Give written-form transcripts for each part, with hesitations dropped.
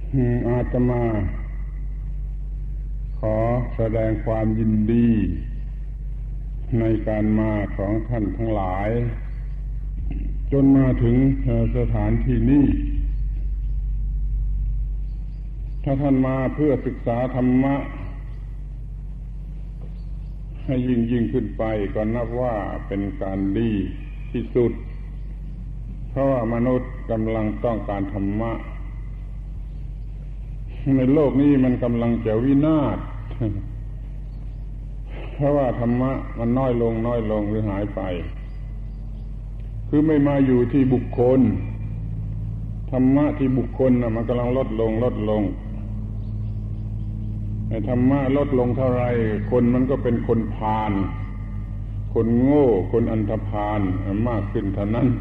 อาตมาขอแสดงความยินดีในการมาของท่านทั้งหลายจนมาถึงสถานที่นี้ถ้าท่านมาเพื่อศึกษาธรรมะให้ยิ่งขึ้นไปก็นับว่าเป็นการดีที่สุดเพราะว่ามนุษย์กำลังต้องการธรรมะในโลกนี้มันกำลังจะวินาศเพราะว่าธรรมะมันน้อยลงหรือหายไปคือไม่มาอยู่ที่บุคคลธรรมะที่บุคคลน่ะมันกำลังลดลงไอ้ธรรมะลดลงเท่าไรคนมันก็เป็นคนพาลคนโง่คนอันธพาลมากขึ้นเท่านั้น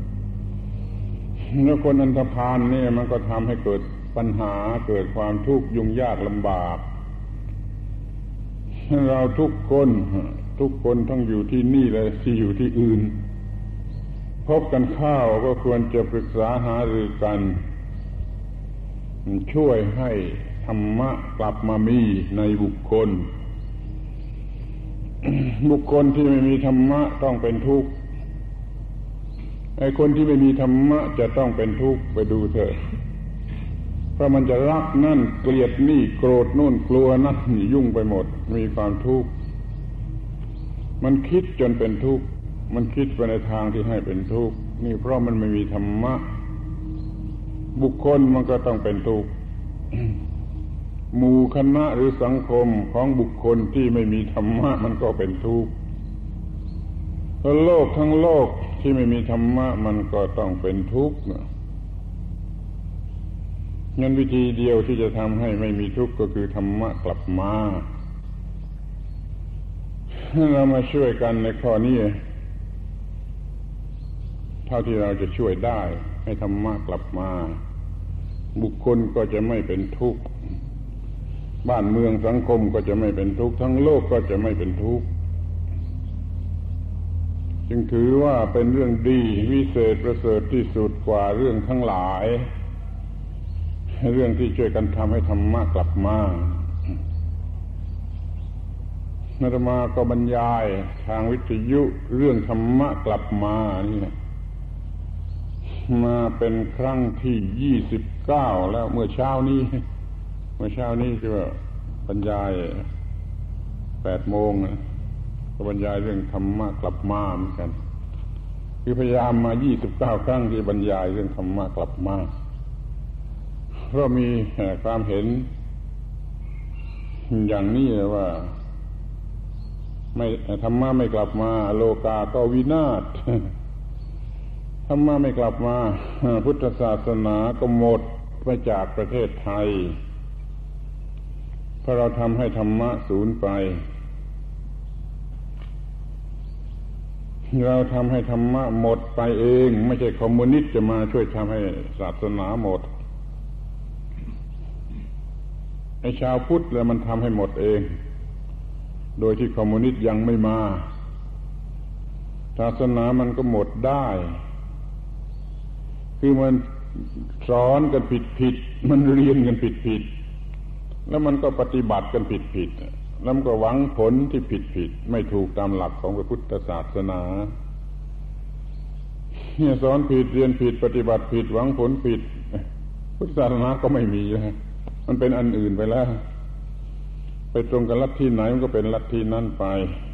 แล้วคนอันธพาลเนี่ยมันก็ทำให้เกิดปัญหาเกิดความทุกข์ยุ่งยากลำบากเราทุกคนทั้งอยู่ที่นี่และที่อยู่ที่อื่นพบกันเข้าก็ควรจะปรึกษาหารือกันช่วยให้ธรรมะกลับมามีในบุคคล บุคคลที่ไม่มีธรรมะต้องเป็นทุกข์ไอ้คนที่ไม่มีธรรมะจะต้องเป็นทุกข์ไปดูเถอะเพราะมันจะรักนั่นเกลียดนี่โกรธนู่นกลัวนั่นยุ่งไปหมดมีความทุกข์มันคิดจนเป็นทุกข์มันคิดไปในทางที่ให้เป็นทุกข์นี่เพราะมันไม่มีธรรมะบุคคลมันก็ต้องเป็นทุกข์หมู่คณะหรือสังคมของบุคคลที่ไม่มีธรรมะมันก็เป็นทุกข์โลกทั้งโลกที่ไม่มีธรรมะมันก็ต้องเป็นทุกข์งั้นวิธีเดียวที่จะทำให้ไม่มีทุกข์ก็คือธรรมะกลับมาเรามาช่วยกันในข้อนี้เท่าที่เราจะช่วยได้ให้ธรรมะกลับมาบุคคลก็จะไม่เป็นทุกข์บ้านเมืองสังคมก็จะไม่เป็นทุกข์ทั้งโลกก็จะไม่เป็นทุกข์จึงถือว่าเป็นเรื่องดีวิเศษประเสริฐที่สุดกว่าเรื่องทั้งหลายเรื่องที่ช่วยกันทำให้ธรรมะกลับมาอาตมาก็บรรยายทางวิทยุเรื่องธรรมะกลับมานี่มาเป็นครั้งที่29แล้วเมื่อเช้านี้คือว่าบรรยาย8 โมงก็บรรยายเรื่องธรรมะกลับมาเหมือนกันคือพยายามมา29ครั้งที่บรรยายเรื่องธรรมะกลับมาเพราะมีความเห็นอย่างนี้ว่าไม่ธรรมะไม่กลับมาโลกาก็วินาศธรรมะไม่กลับมาพุทธศาสนาก็หมดไปจากประเทศไทยเพราะเราทำให้ธรรมะสูญไปเราทำให้ธรรมะหมดไปเองไม่ใช่คอมมิวนิสต์จะมาช่วยทำให้ศาสนาหมดไอ้ชาวพุทธแล้วมันทำให้หมดเองโดยที่คอมมิวนิสต์ยังไม่มาศาสนามันก็หมดได้คือมันสอนกันผิดมันเรียนกันผิดแล้วมันก็ปฏิบัติกันผิดแล้วมันก็หวังผลที่ผิดไม่ถูกตามหลักของพระพุทธศาสนาเนี่ยสอนผิดเรียนผิดปฏิบัติผิดหวังผลผิดพุทธศาสนาก็ไม่มีแล้วมันเป็นอันอื่นไปแล้วไปตรงกับลัทธิไหนมันก็เป็นลัทธินั้นไป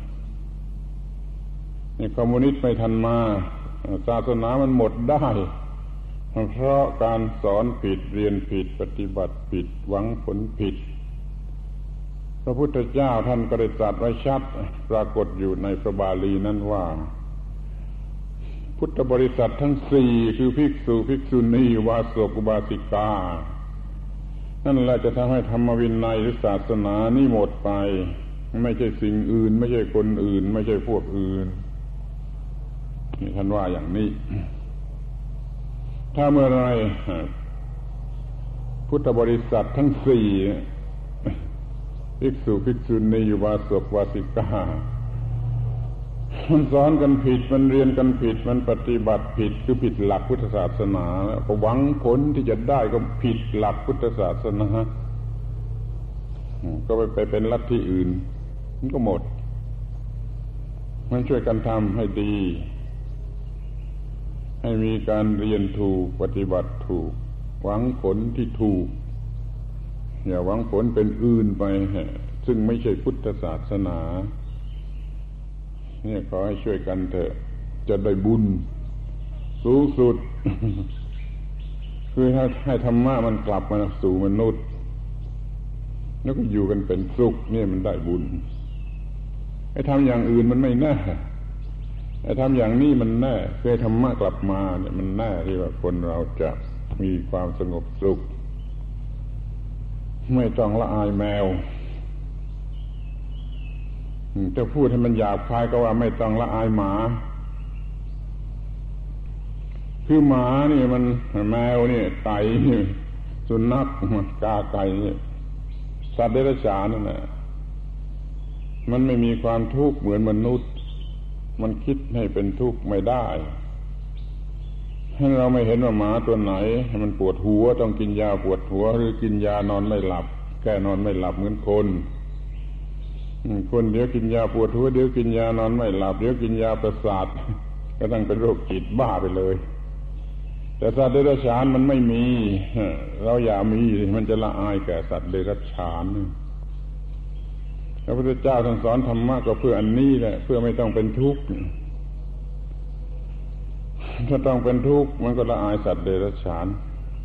นี่คอมมิวนิสต์ไม่ทันมาศาสนามันหมดได้เพราะการสอนผิดเรียนผิดปฏิบัติผิดหวังผลผิดพระพุทธเจ้าท่านก็ได้ตรัสไว้ชัดปรากฏอยู่ในพระบาลีนั้นว่าพุทธบริษัททั้ง4คือภิกษุภิกษุณีอุบาสกอุบาสิกานั่นแหละจะทำให้ธรรมวินัยหรือศาสนานี่หมดไปไม่ใช่สิ่งอื่นไม่ใช่คนอื่นไม่ใช่พวกอื่นนี่ท่านว่าอย่างนี้ถ้าเมื่อไรพุทธบริษัททั้ง4ภิกษุภิกษุณีอุบาสกอุบาสิกามันสอนกันผิดมันเรียนกันผิดมันปฏิบัติผิดคือผิดหลักพุทธศาสนาแล้วก็หวังผลที่จะได้ก็ผิดหลักพุทธศาสนาก็ไปเป็นลัทธิอื่นมันก็หมดมันช่วยกันทำให้ดีให้มีการเรียนถูกปฏิบัติถูกหวังผลที่ถูกอย่าหวังผลเป็นอื่นไปซึ่งไม่ใช่พุทธศาสนาเนี่ยขอให้ช่วยกันเถอะจะได้บุญสูงสุด คือให้ธรรมะมันกลับมาสู่มนุษย์แล้วก็อยู่กันเป็นสุขเนี่ยมันได้บุญไอ้ทำอย่างอื่นมันไม่แน่ไอ้ทำอย่างนี้มันแน่คือธรรมะกลับมาเนี่ยมันแน่ที่ว่าคนเราจะมีความสงบสุขไม่ต้องละอายแมวจะพูดให้มันหยาบคายก็ว่าไม่ต้องละอายหมาคือหมานี่มันแมวนี่ไก่สุนัขกาไก่นี่สัตว์เดรัจฉานนั่นแหละมันไม่มีความทุกข์เหมือนมนุษย์มันคิดให้เป็นทุกข์ไม่ได้ให้เราไม่เห็นว่าหมาตัวไหนให้มันปวดหัวต้องกินยาปวดหัวหรือกินยานอนไม่หลับแก้นอนไม่หลับเหมือนคนเดี๋ยวกินยาปวดหัวเดี๋ยวกินยานอนไม่หลับเดี๋ยวกินยาประสาทก็ต้องเป็นโรคจิตบ้าไปเลยแต่สัตว์เดรัจฉานมันไม่มีเราอย่ามีมันจะละอายแก่สัตว์เดรัจฉานพระพุทธเจ้าท่านสอนธรรมะก็เพื่ออันนี้แหละเพื่อไม่ต้องเป็นทุกข์ถ้าต้องเป็นทุกข์มันก็ละอายสัตว์เดรัจฉาน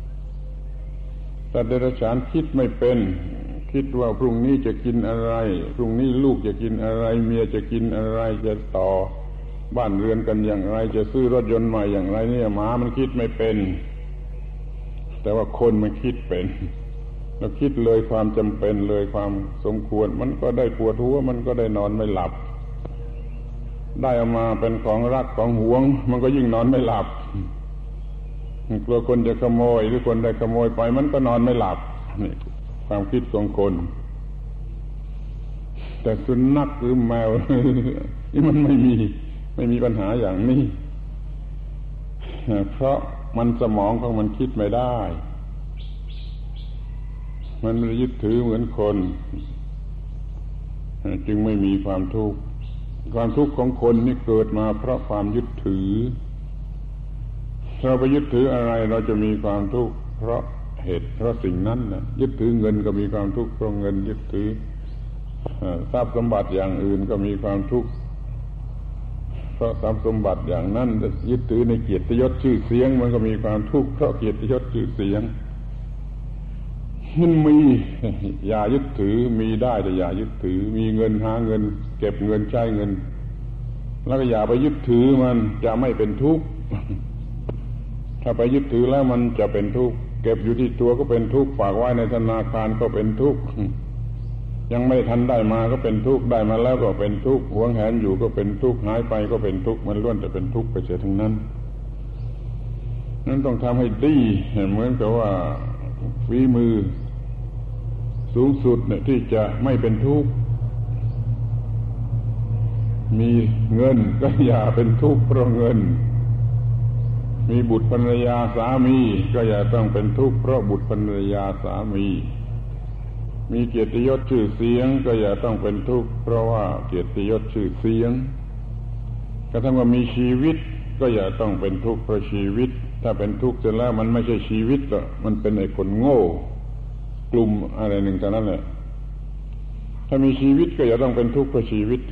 สัตว์เดรัจฉานคิดไม่เป็นคิดว่าพรุ่งนี้จะกินอะไรพรุ่งนี้ลูกจะกินอะไรเมียจะกินอะไรจะต่อบ้านเรือนกันอย่างไรจะซื้อรถยนต์ใหม่อย่างไรเนี่ยหมามันคิดไม่เป็นแต่ว่าคนมันคิดเป็นแล้วคิดเลยความจำเป็นเลยความสมควรมันก็ได้ปวดหัวมันก็ได้นอนไม่หลับได้เอามาเป็นของรักของหวงมันก็ยิ่งนอนไม่หลับกลัวคนจะขโมยหรือคนได้ขโมยไปมันก็นอนไม่หลับนี่ความคิดของคนแต่สุนัขหรือแมว นี่มันไม่มีปัญหาอย่างนี้เพราะมันสมองของมันคิดไม่ได้มันไม่ยึดถือเหมือนคนจึงไม่มีความทุกข์ความทุกข์ของคนนี่เกิดมาเพราะความยึดถือเราไปยึดถืออะไรเราจะมีความทุกข์เพราะเหตุเพราะสิ่งนั้นนะยึดถือเงินก็มีความทุกข์เพราะเงินยึดถือทรัพย์สมบัติอย่างอื่นก็มีความทุกข์เพราะทรัพย์สมบัติอย่างนั้นยึดถือในเกียรติยศชื่อเสียงมันก็มีความทุกข์เพราะเกียรติยศชื่อเสียงมันมีอย่ายึดถือมีได้แต่อย่ายึดถือมีเงินหาเงินเก็บเงินใช้เงินแล้วก็อย่าไปยึดถือมันจะไม่เป็นทุกข์ถ้าไปยึดถือแล้วมันจะเป็นทุกข์เก็บอยู่ที่ตัวก็เป็นทุกข์ฝากไว้ในธนาคารก็เป็นทุกข์ยังไม่ทันได้มาก็เป็นทุกข์ได้มาแล้วก็เป็นทุกข์หวงแหนอยู่ก็เป็นทุกข์หายไปก็เป็นทุกข์มันล้วนแต่เป็นทุกข์ไปเสียทั้งนั้นนั้นต้องทำให้ดีเหมือนกับว่าฝีมือสูงสุดเนี่ยที่จะไม่เป็นทุกข์มีเงินก็อย่าเป็นทุกข์เพราะเงินมีบุตรภรรยาสามีก็อย่าต้องเป็นทุกข์เพราะบุตรภรรยาสามีมีเกียรติยศชื่อเสียงก็อย่าต้องเป็นทุกข์เพราะว่าเกียรติยศชื่อเสียงกระทั่งว่ามีชีวิตก็อย่าต้องเป็นทุกข์เพราะชีวิตถ้าเป็นทุกข์เสร็จแล้วมันไม่ใช่ชีวิตหรอกมันเป็นไอ้คนโง่กลุ่มอะไรหนึ่งเท่านั้นแหละถ้ามีชีวิตก็อย่าต้องเป็นทุกข์เพราะชีวิต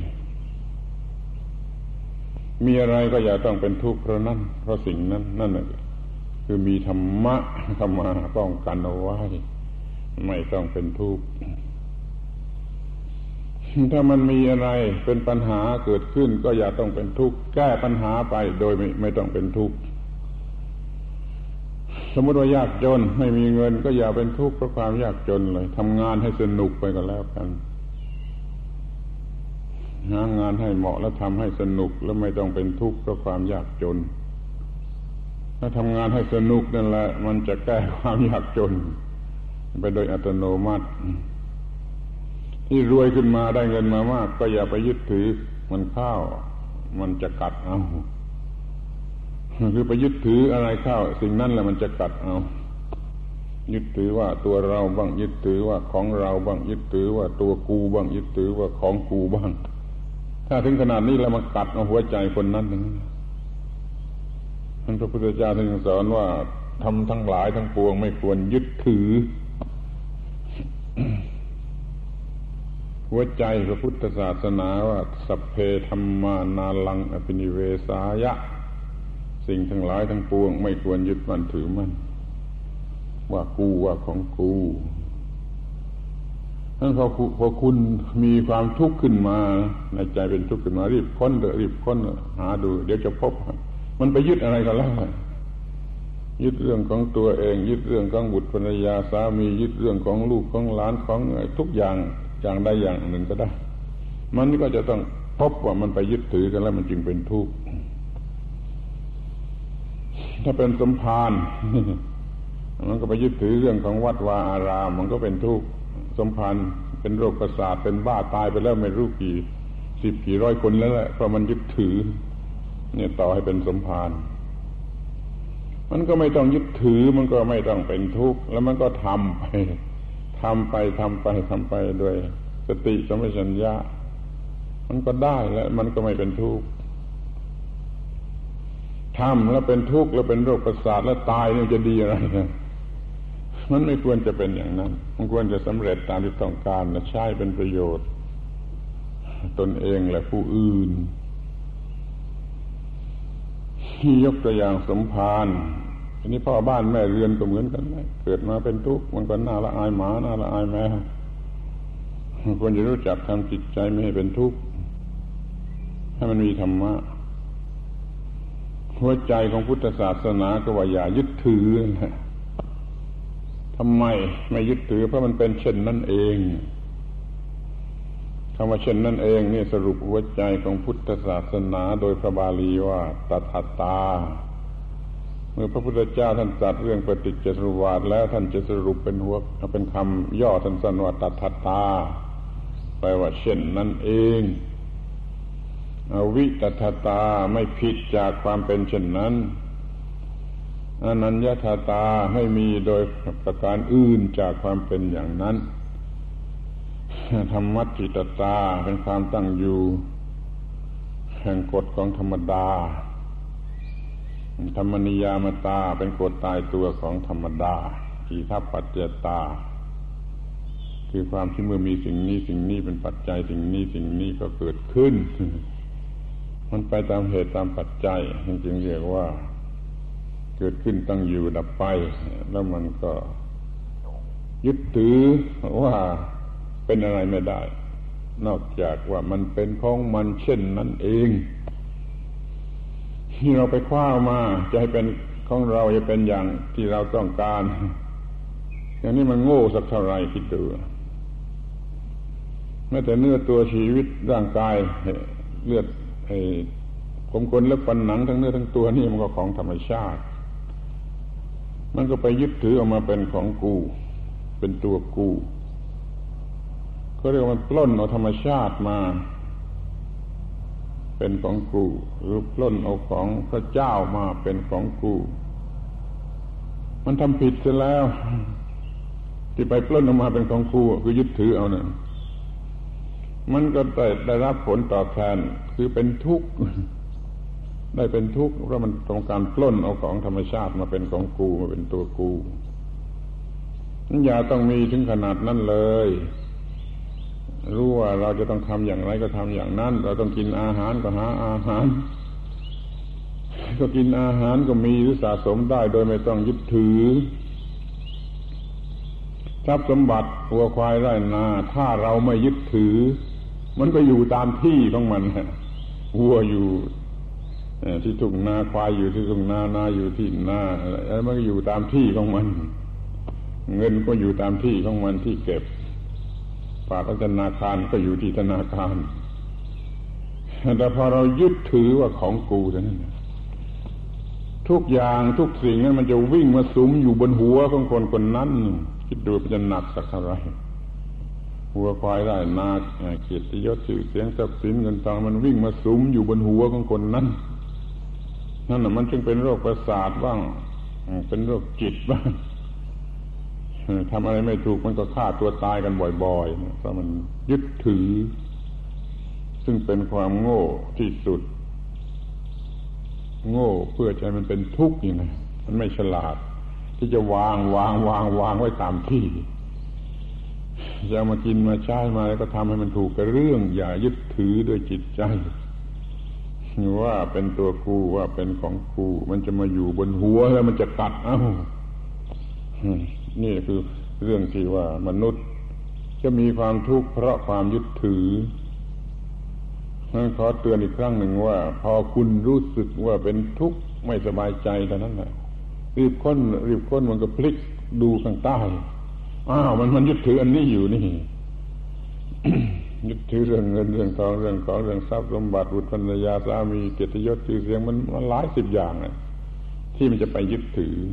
มีอะไรก็อย่าต้องเป็นทุกข์เพราะนั้นเพราะสิ่งนั้นนั่นแหละคือมีธรรมะเข้ามาป้องกันเอาไว้ไม่ต้องเป็นทุกข์ถ้ามันมีอะไรเป็นปัญหาเกิดขึ้นก็อย่าต้องเป็นทุกข์แก้ปัญหาไปโดยไม่ต้องเป็นทุกข์สมมติว่ายากจนไม่มีเงินก็อย่าเป็นทุกข์เพราะความยากจนเลยทำงานให้สนุกไปก็แล้วกันหางานให้เหมาะแล้วทำให้สนุกแล้วไม่ต้องเป็นทุกข์เพราะความยากจนถ้าทำงานให้สนุกนั่นแหละมันจะแก้ความยากจนไปโดยอัตโนมัติที่รวยขึ้นมาได้เงินมามากก็อย่าไปยึดถือมันเข้ามันจะกัดเอาคือไปยึดถืออะไรเข้าสิ่งนั้นแหละมันจะกัดเอายึดถือว่าตัวเราบ้างยึดถือว่าของเราบ้างยึดถือว่าตัวกูบ้างยึดถือว่าของกูบ้างถ้าถึงขนาดนี้แล้วมันกัดเอาหัวใจคนนั้นท่านพระพุทธเจ้าท่านสอนว่าทำทั้งหลายทั้งปวงไม่ควรยึดถือ หัวใจพระพุทธศาสนาว่าสัพเพธัมมานาลังอภินิเวสายะสิ่งทั้งหลายทั้งปวงไม่ควรยึดมั่นถือมั่นว่ากูว่าของกูนั้นพอคุณมีความทุกข์ขึ้นมาในใจเป็นทุกข์ขึ้นมารีบค้นหาดูเดี๋ยวจะพบมันไปยึดอะไรกันแล้วยึดเรื่องของตัวเองยึดเรื่องของบุตรภรรยาสามียึดเรื่องของลูกของหลานของทุกอย่างอย่างใดอย่างหนึ่งก็ได้มันก็จะต้องพบว่ามันไปยึดถือกันแล้วมันจึงเป็นทุกข์ถ้าเป็นสมภารมันก็ไปยึดถือเรื่องของวัดวาอารามมันก็เป็นทุกข์สมภารเป็นโรคประสาทเป็นบ้าตายไปแล้วไม่รู้กี่สิบกี่ร้อยคนแล้วแหละเพราะมันยึดถือเนี่ยต่อให้เป็นสมภารมันก็ไม่ต้องยึดถือมันก็ไม่ต้องเป็นทุกข์แล้วมันก็ทำไปโดยสติสัมปชัญญะมันก็ได้แล้วมันก็ไม่เป็นทุกข์ทำแล้วเป็นทุกข์แล้วเป็นโรคประสาทแล้วตายนี่จะดีอะไรนะมันไม่ควรจะเป็นอย่างนั้นมันควรจะสำเร็จตามที่ต้องการและใช้เป็นประโยชน์ตนเองและผู้อื่นที่ยกตัวอย่างสมภารทีนี้พ่อบ้านแม่เรือนก็เหมือนกันเกิดมาเป็นทุกข์มันก็น่าละอายหมาน่าละอายแมวควรจะรู้จักทำจิตใจไม่ให้เป็นทุกข์ให้มันมีธรรมะหัวใจของพุทธศาสนาก็ว่าอย่ายึดถือทำไมไม่ยึดถือเพราะมันเป็นเช่นนั้นเองคำว่าเช่นนั้นเองนี่สรุปหัวใจของพุทธศาสนาโดยพระบาลีว่าตถาตาเมื่อพระพุทธเจ้าท่านตรัสเรื่องปฏิจจสมุปบาทแล้วท่านจะสรุปเป็นคำย่อสั้นๆว่าตถาตาแปลว่าเช่นนั้นเองอวิตถาตาไม่ผิดจากความเป็นเช่นนั้นอนัญญตถาไม่มีโดยประการอื่นจากความเป็นอย่างนั้นธรรมัจจิตตาเป็นความตั้งอยู่แห่งกฎของธรรมดาธรรมนิยามตาเป็นกฎตายตัวของธรรมดาอิทัปปัจจตาคือความที่เมื่อมีสิ่งนี้เป็นปัจจัยสิ่งนี้ก็เกิดขึ้นมันไปตามเหตุตามปัจจัยจึงเรียกว่าเกิดขึ้นตั้งอยู่ดับไปแล้วมันก็ยึดถือว่าเป็นอะไรไม่ได้นอกจากว่ามันเป็นของมันเช่นนั้นเองที่เราไปคว้ามาจะให้เป็นของเราจะเป็นอย่างที่เราต้องการอย่างนี้มันโง่สักเท่าไหร่คิดดูแม้แต่เนื้อตัวชีวิตร่างกายเลือดผมขนและฟันหนังทั้งเนื้อทั้งตัวนี่มันก็ของธรรมชาติมันก็ไปยึดถือออกมาเป็นของกูเป็นตัวกูเขาเรียกว่ามันปล้นเอาธรรมชาติมาเป็นของกูหรือปล้นเอาของพระเจ้ามาเป็นของกูมันทำผิดเสียแล้วที่ไปปล้นออกมาเป็นของกูคือยึดถือเอาเนี่ยมันก็ได้รับผลตอบแทนคือเป็นทุกข์ได้เป็นทุกข์เพราะมันต้องการปล้นเอาของธรรมชาติมาเป็นของกูมาเป็นตัวกูนั่นอย่าต้องมีถึงขนาดนั้นเลยรู้ว่าเราจะต้องทำอย่างไรก็ทำอย่างนั้นเราต้องกินอาหารก็หาอาหารก็กินอาหารก็มีหรือสะสมได้โดยไม่ต้องยึดถือทรัพย์สมบัติวัวควายไร่นาถ้าเราไม่ยึดถือมันก็อยู่ตามที่ของมันวัวอยู่ที่ทุ่งนาควายอยู่ที่ทุ่งนานาอยู่ที่นาอะไรมันก็อยู่ตามที่ของมันเงินก็อยู่ตามที่ของมันที่เก็บฝากธนาคารก็อยู่ที่ธนาคารแต่พอเรายึดถือว่าของกูเท่านั้นทุกอย่างทุกสิ่งนั้นมันจะวิ่งมาสุมอยู่บนหัวของคนคนนั้นคิดดูมันจะหนักสักเท่าไหร่วัวควายไร่นาเกียรติยศชื่อเสียงทรัพย์สินเงินทองมันวิ่งมาสุมอยู่บนหัวของคนนั้นนั่นน่ะมันจึงเป็นโรคประสาทบ้างเป็นโรคจิตบ้างทำอะไรไม่ถูกมันก็ฆ่าตัวตายกันบ่อยๆเพราะมันยึดถือซึ่งเป็นความโง่ที่สุดโง่เพื่อใจมันเป็นทุกข์ยังไงมันไม่ฉลาดที่จะวางไว้ตามที่จะเอามากินมาใช้มาแล้วก็ทำให้มันถูกกับเรื่องอย่ายึดถือด้วยจิตใจว่าเป็นตัวกูว่าเป็นของกูมันจะมาอยู่บนหัวแล้วมันจะกัดนี่คือเรื่องที่ว่ามนุษย์จะมีความทุกข์เพราะความยึดถือขอเตือนอีกครั้งหนึ่งว่าพอคุณรู้สึกว่าเป็นทุกข์ไม่สบายใจเท่านั้นแหละรีบค้นมันก็พลิกดูข้างใต้มันยึดถืออันนี้อยู่นี่ ยึดถือเรื่องเงินเรื่องทองเรื่องของเรื่องทรัพย์สมบัติบุตรภรรยาสามีเกียรติยศชื่อเสียงมันหลายสิบอย่างนะที่มันจะไปยึดถือ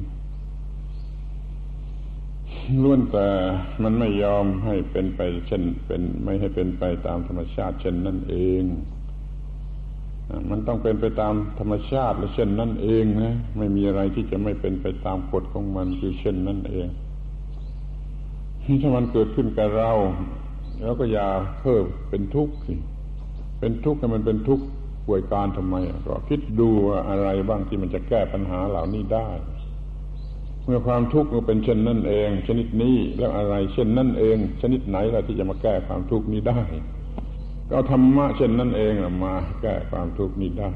ล้วนแต่มันไม่ยอมให้เป็นไปเช่นเป็นไม่ให้เป็นไปตามธรรมชาติเช่นนั่นเองมันต้องเป็นไปตามธรรมชาติและเช่นนั่นเองนะไม่มีอะไรที่จะไม่เป็นไปตามกฎของมันคือเช่นนั่นเองถ้ามันเกิดขึ้นกับเราแล้วก็อย่าเพิ่มเป็นทุกข์สิเป็นทุกข์ให้มันเป็นทุกข์ป่วยการทำไมก็คิดดูว่าอะไรบ้างที่มันจะแก้ปัญหาเหล่านี้ได้เมื่อความทุกข์มันเป็นเช่นนั่นเองชนิดนี้แล้วอะไรเช่นนั่นเองชนิดไหนล่ะที่จะมาแก้ความทุกข์นี้ได้ก็ธรรมะเช่นนั่นเองมาแก้ความทุกข์นี้ได้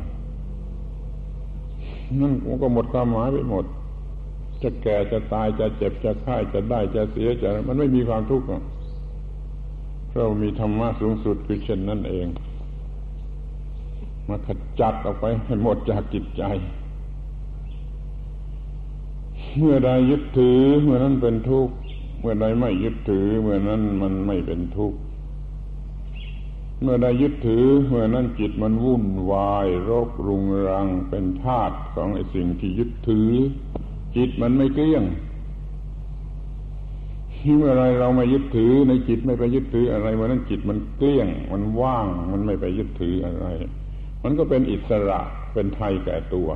นั่นมันก็หมดความหมายไปหมดจะแก่จะตายจะเจ็บจะไข้จะได้จะเสียจะมันไม่มีความทุกข์หรอกเพราะมีธรรมะสูงสุดคือเช่นนั่นเองมาขจัดออกไปให้หมดจากจิตใจเมื่อใดยึดถือเมื่อนั้นเป็นทุกข์เมื่อใดไม่ยึดถือเมื่อนั้นมันไม่เป็นทุกข์เมื่อใดยึดถือเมื่อนั้นจิตมันวุ่นวายรบรุงรังเป็นทาสของไอ้สิ่งที่ยึดถือจิตมันไม่เกลี้ยงเมื่อไรเราไม่ยึดถือในจิตไม่ไปยึดถืออะไรเมื่อนั้นจิตมันเกลี้ยงมันว่างมันไม่ไปยึดถืออะไรมันก็เป็นอิสระเป็นไทยแก่ตัว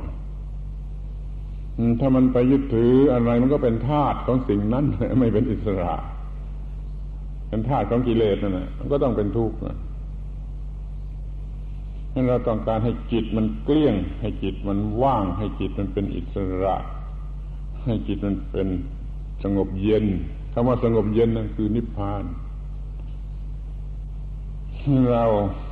ถ้ามันไปยึดถืออะไรมันก็เป็นทาสของสิ่งนั้นไม่เป็นอิสระเป็นทาสของกิเลสนั่นแหละมันก็ต้องเป็นทุกข์งั้นเราต้องการให้จิตมันเกลี้ยงให้จิตมันว่างให้จิตมันเป็นอิสระให้จิตมันเป็นสงบเย็นคำว่าสงบเย็นนั่นคือนิพพานเรา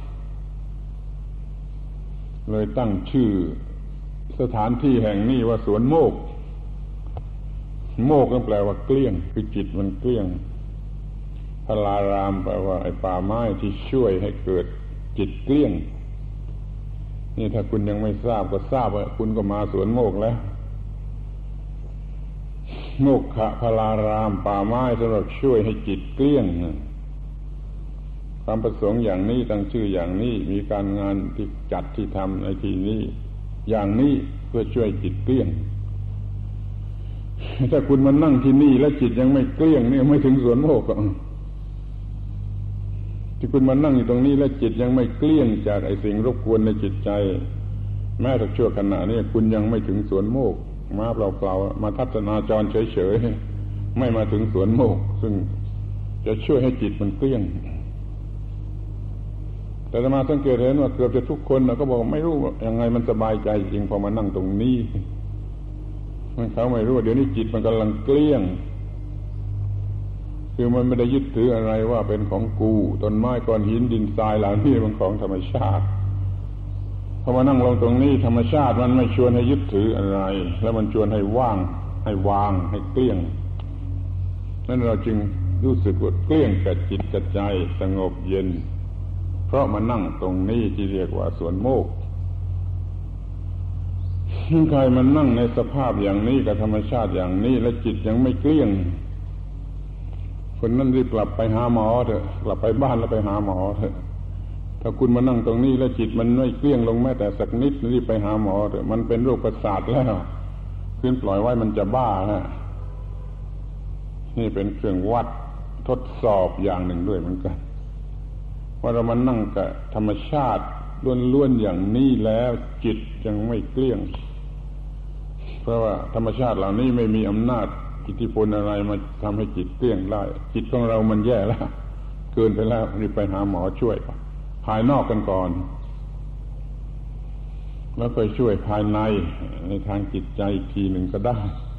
เลยตั้งชื่อสถานที่แห่งนี้ว่าสวนโมกโมกก็แปลว่าเกลี้ยงคือจิตมันเกลี้ยงพลารามแปลว่าไอ้ป่าไม้ที่ช่วยให้เกิดจิตเกลี้ยงนี่ถ้าคุณยังไม่ทราบก็ทราบว่าคุณก็มาสวนโมกแล้วโมกขะพลารามป่าไม้สำหรับช่วยให้จิตเกลี้ยงความประสงค์อย่างนี้ตั้งชื่ออย่างนี้มีการงานที่จัดที่ทำในที่นี้อย่างนี้เพื่อช่วยจิตเกลี้ยงถ้าคุณมานั่งที่นี่แล้วจิตยังไม่เกลี้ยงเนี่ยไม่ถึงสวนโมกที่คุณมานั่งอยู่ตรงนี้แล้วจิตยังไม่เกลี้ยงจากไอ้สิ่งรบกวนในจิตใจแม้แต่ชั่วขณะนี้คุณยังไม่ถึงสวนโมกมาเปล่าๆมาทัศนาจรเฉยๆไม่มาถึงสวนโมกซึ่งจะช่วยให้จิตมันเกลี้ยงแต่อาตมาสังเกตเห็นว่าเกือบจะทุกคนก็บอกไม่รู้ยังไงมันสบายใจจริงพอมานั่งตรงนี้มันเขาไม่รู้เดี๋ยวนี้จิตมันกำลังเกลี้ยงคือมันไม่ได้ยึดถืออะไรว่าเป็นของกูต้นไม้ก้อนหินดินทรายเหล่านี้มันของธรรมชาติพอมานั่งลงตรงนี้ธรรมชาติมันไม่ชวนให้ยึดถืออะไรแล้วมันชวนให้ว่างให้วางให้เกลี้ยงนั่นเราจึงรู้สึกว่าเกลี้ยงกับจิตกับใจสงบเย็นเพราะมานั่งตรงนี้ที่เรียกว่าสวนโมกใครมันนั่งในสภาพอย่างนี้กับธรรมชาติอย่างนี้และจิตยังไม่เกลี้ยงคนนั้นรีบกลับไปหาหมอเถอะกลับไปบ้านแล้วไปหาหมอเถอะถ้าคุณมานั่งตรงนี้แล้วจิตมันไม่เกลี้ยงลงแม้แต่สักนิดรีบไปหาหมอเถอะมันเป็นโรคประสาทแล้วคืนปล่อยไว้มันจะบ้าฮะนี่เป็นเครื่องวัดทดสอบอย่างหนึ่งด้วยเหมือนกันว่าเรามานั่งกับธรรมชาติล้วนๆอย่างนี้แล้วจิตยังไม่เกลี้ยงเพราะว่าธรรมชาติเหล่านี้ไม่มีอำนาจอิทธิพลอะไรมาทำให้จิตเกลี้ยงได้จิตของเรามันแย่แล้วเกินไปแล้วรีบไปหาหมอช่วยภายนอกกันก่อนแล้วไปช่วยภายในทางจิตใจอีกทีหนึ่งก็ได้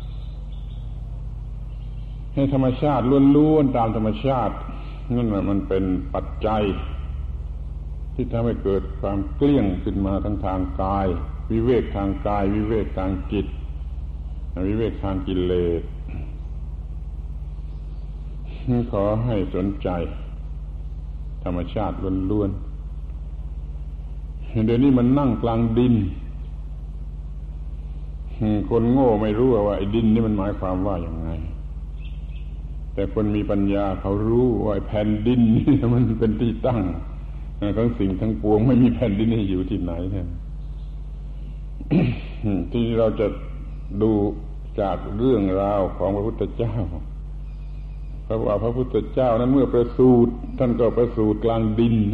ให้ธรรมชาติล้วนๆตามธรรมชาตินั่นแหละมันเป็นปัจจัยที่ทำให้เกิดความเกลี้ยงขึ้นมาทั้งทางกายวิเวกทางกายวิเวกทางจิตวิเวกทางกิเลสขอให้สนใจธรรมชาติล้วนๆเดี๋ยวนี้มันนั่งกลางดินคนโง่ไม่รู้ว่าไอ้ดินนี่มันหมายความว่าอย่างไงแต่คนมีปัญญาเขารู้ว่าแผ่นดินนี่มันเป็นที่ตั้งของสิ่งทั้งปวงไม่มีแผ่นดินให้อยู่ที่ไหนเนี่ย ที่เราจะดูจากเรื่องราวของพระพุทธเจ้าเพราะว่าพระพุทธเจ้านั้นเมื่อประสูติท่านก็ประสูติกลางดิน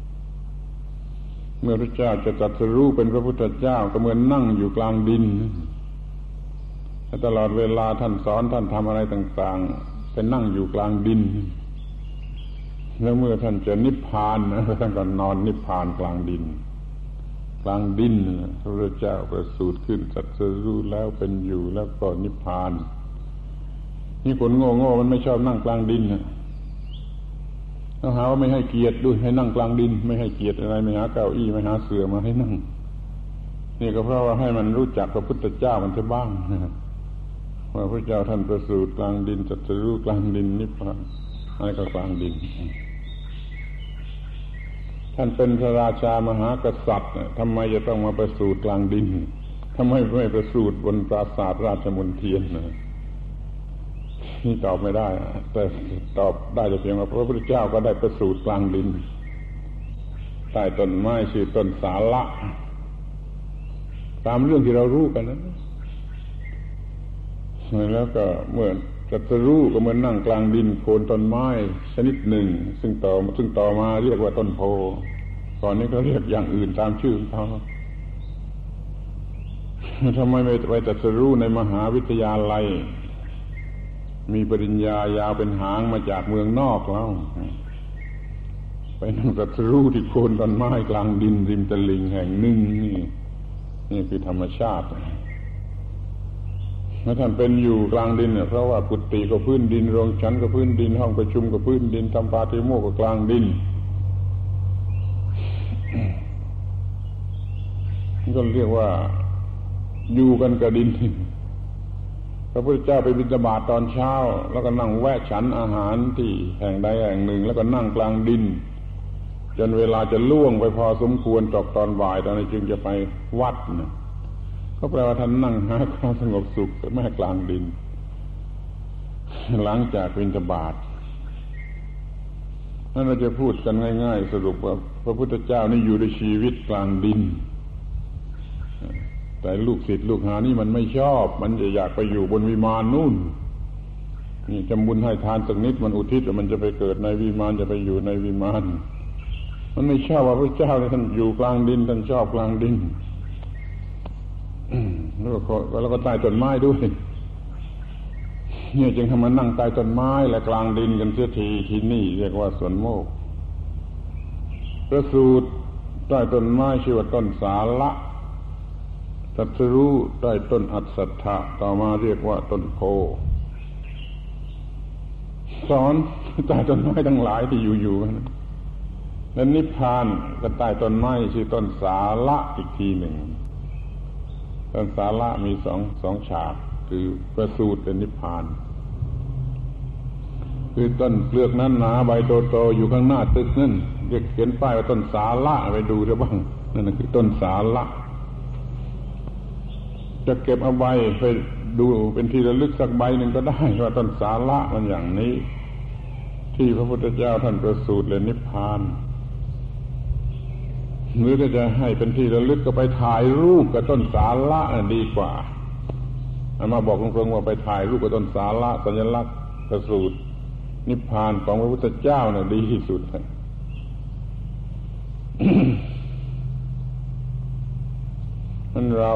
เมื่อพระเจ้าจะตรัสรู้เป็นพระพุทธเจ้าก็เหมือนนั่งอยู่กลางดินตลอดเวลาท่านสอนท่านทำอะไรต่างๆเป็นนั่งอยู่กลางดินแล้วเมื่อท่านจะนิพพานนะท่านก็นอนนิพพานกลางดินกลางดินพระพุทธเจ้าประสูติขึ้นตรัสรู้แล้วเป็นอยู่แล้วก็นิพพานนี่คนโง่มันไม่ชอบนั่งกลางดินนะเขาหาว่าไม่ให้เกียรติด้วยให้นั่งกลางดินไม่ให้เกียรติอะไรไม่หาเก้าอี้ไม่หาเสื่อมาให้นั่งนี่ก็เพราะว่าให้มันรู้จักพระพุทธเจ้ามันจะบ้างนะว่าพระเจ้าท่านประสูติกลางดินตรัสรู้กลางดินนิพพานอะไรก็กลางดินท่านเป็นพระราชามหากษัตริย์ทำไมจะต้องมาประสูติกลางดินทำไมไม่ประสูติบนปราสาทราชมณฑีนี่ตอบไม่ได้แต่ตอบได้แต่เพียงว่าพระพุทธเจ้าก็ได้ประสูติกลางดินใต้ต้นไม้ชื่อต้นสาละตามเรื่องที่เรารู้กันนะแล้วก็เมื่อตรัสรู้ก็เหมือนนั่งกลางดินโคนต้นไม้ชนิดหนึ่งซึ่งต่อมาเรียกว่าต้นโพก่อนนี้ก็เรียกอย่างอื่นตามชื่อของเขาทำไมไม่ไปตรัสรู้ในมหาวิทยาลัยมีปริญญายาวเป็นหางมาจากเมืองนอกแล้วไปนั่งตรัสรู้ที่โคนต้นไม้กลางดินริมตลิ่งแห่งหนึ่งนี่คือธรรมชาติเมื่อท่านเป็นอยู่กลางดินเนี่ยเพราะว่ากุฏิก็พื้นดินโรงฉันก็พื้นดินห้องประชุมก็พื้นดินทำปาฏิโมกข์ก็กลางดินก็เรียกว่าอยู่กันกับดินพระพุทธเจ้าไปบิณฑบาตตอนเช้าแล้วก็นั่งแวะฉันอาหารที่แห่งใดแห่งหนึ่งแล้วก็นั่งกลางดินจนเวลาจะล่วงไปพอสมควรตกตอนบ่ายตอนนี้จึงจะไปวัดนะก็แปลว่าท่านนั่งหาความสงบสุขแม่กลางดินหลังจากบิณฑบาตนั่นเราจะพูดกันง่ายๆสรุปว่าพระพุทธเจ้านี่อยู่ในชีวิตกลางดินแต่ลูกศิษย์ลูกหานี่มันไม่ชอบมันจะอยากไปอยู่บนวิมานนู่นนี่จำบุญให้ทานสักนิดมันอุทิศแล้วมันจะไปเกิดในวิมานจะไปอยู่ในวิมานมันไม่ชอบว่าพระเจ้าท่านอยู่กลางดินท่านชอบกลางดินแล้วก็ใต้ต้นไม้ด้วยเนี่ยจึงทำมานั่งใต้ต้นไม้และกลางดินกันเสียทีที่นี่เรียกว่าสวนโมกข์ประสูติใต้ต้นไม้ชื่อว่าต้นสาละตรัสรู้ใต้ต้นอัสสัทธะต่อมาเรียกว่าต้นโพสอนใต้ต้นไม้ทั้งหลายที่อยู่ๆและนิพพานก็ใต้ต้นไม้ชื่อต้นสาละอีกทีหนึ่งต้นสาละมีสองฉากคือประสูติและนิพพานคือต้นเปลือกนั้นหนาใบโตๆอยู่ข้างหน้าตึกนั่นเรียกเขียนป้ายว่าต้นสาละไปดูซะบ้างนั่นคือต้นสาละจะเก็บเอาใบไปดูเป็นที่ระลึกสักใบหนึ่งก็ได้ว่าต้นสาละมันอย่างนี้ที่พระพุทธเจ้าท่านประสูติและนิพพานหรือถ้าจะให้เป็นที่ระลึกก็ไปถ่ายรูปกับต้นสาละดีกว่ามาบอกตรงๆว่าไปถ่ายรูปกับต้นสาละสัญลักษณ์ประสูตินิพพานของพระพุทธเจ้าน่ะดีที่สุด นั้นเรา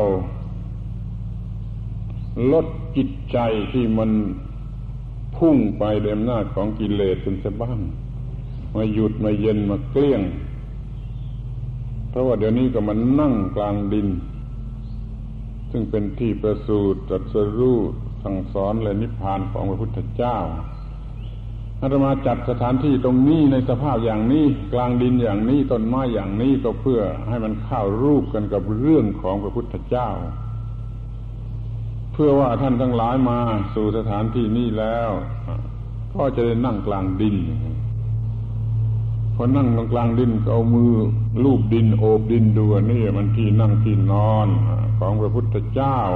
ลดจิตใจที่มันพุ่งไปด้วยอำนาจของกิเลสกันซะบ้างมาหยุดมาเย็นมาเกลี้ยงเพราะว่าเดี๋ยวนี้ก็มันนั่งกลางดินซึ่งเป็นที่ประสูติตรัสรู้สั่งสอนและนิพพานของพระพุทธเจ้าอาตมาจัดสถานที่ตรงนี้ในสภาพอย่างนี้กลางดินอย่างนี้ต้นไม้อย่างนี้ก็เพื่อให้มันเข้ารูปกันกับเรื่องของพระพุทธเจ้าเพื่อว่าท่านทั้งหลายมาสู่สถานที่นี้แล้วก็จะได้นั่งกลางดินพอนั่งกลางดินก็เอามือลูบดินโอบดินดูนี่มันที่นั่งที่นอนของพระพุทธเจ้า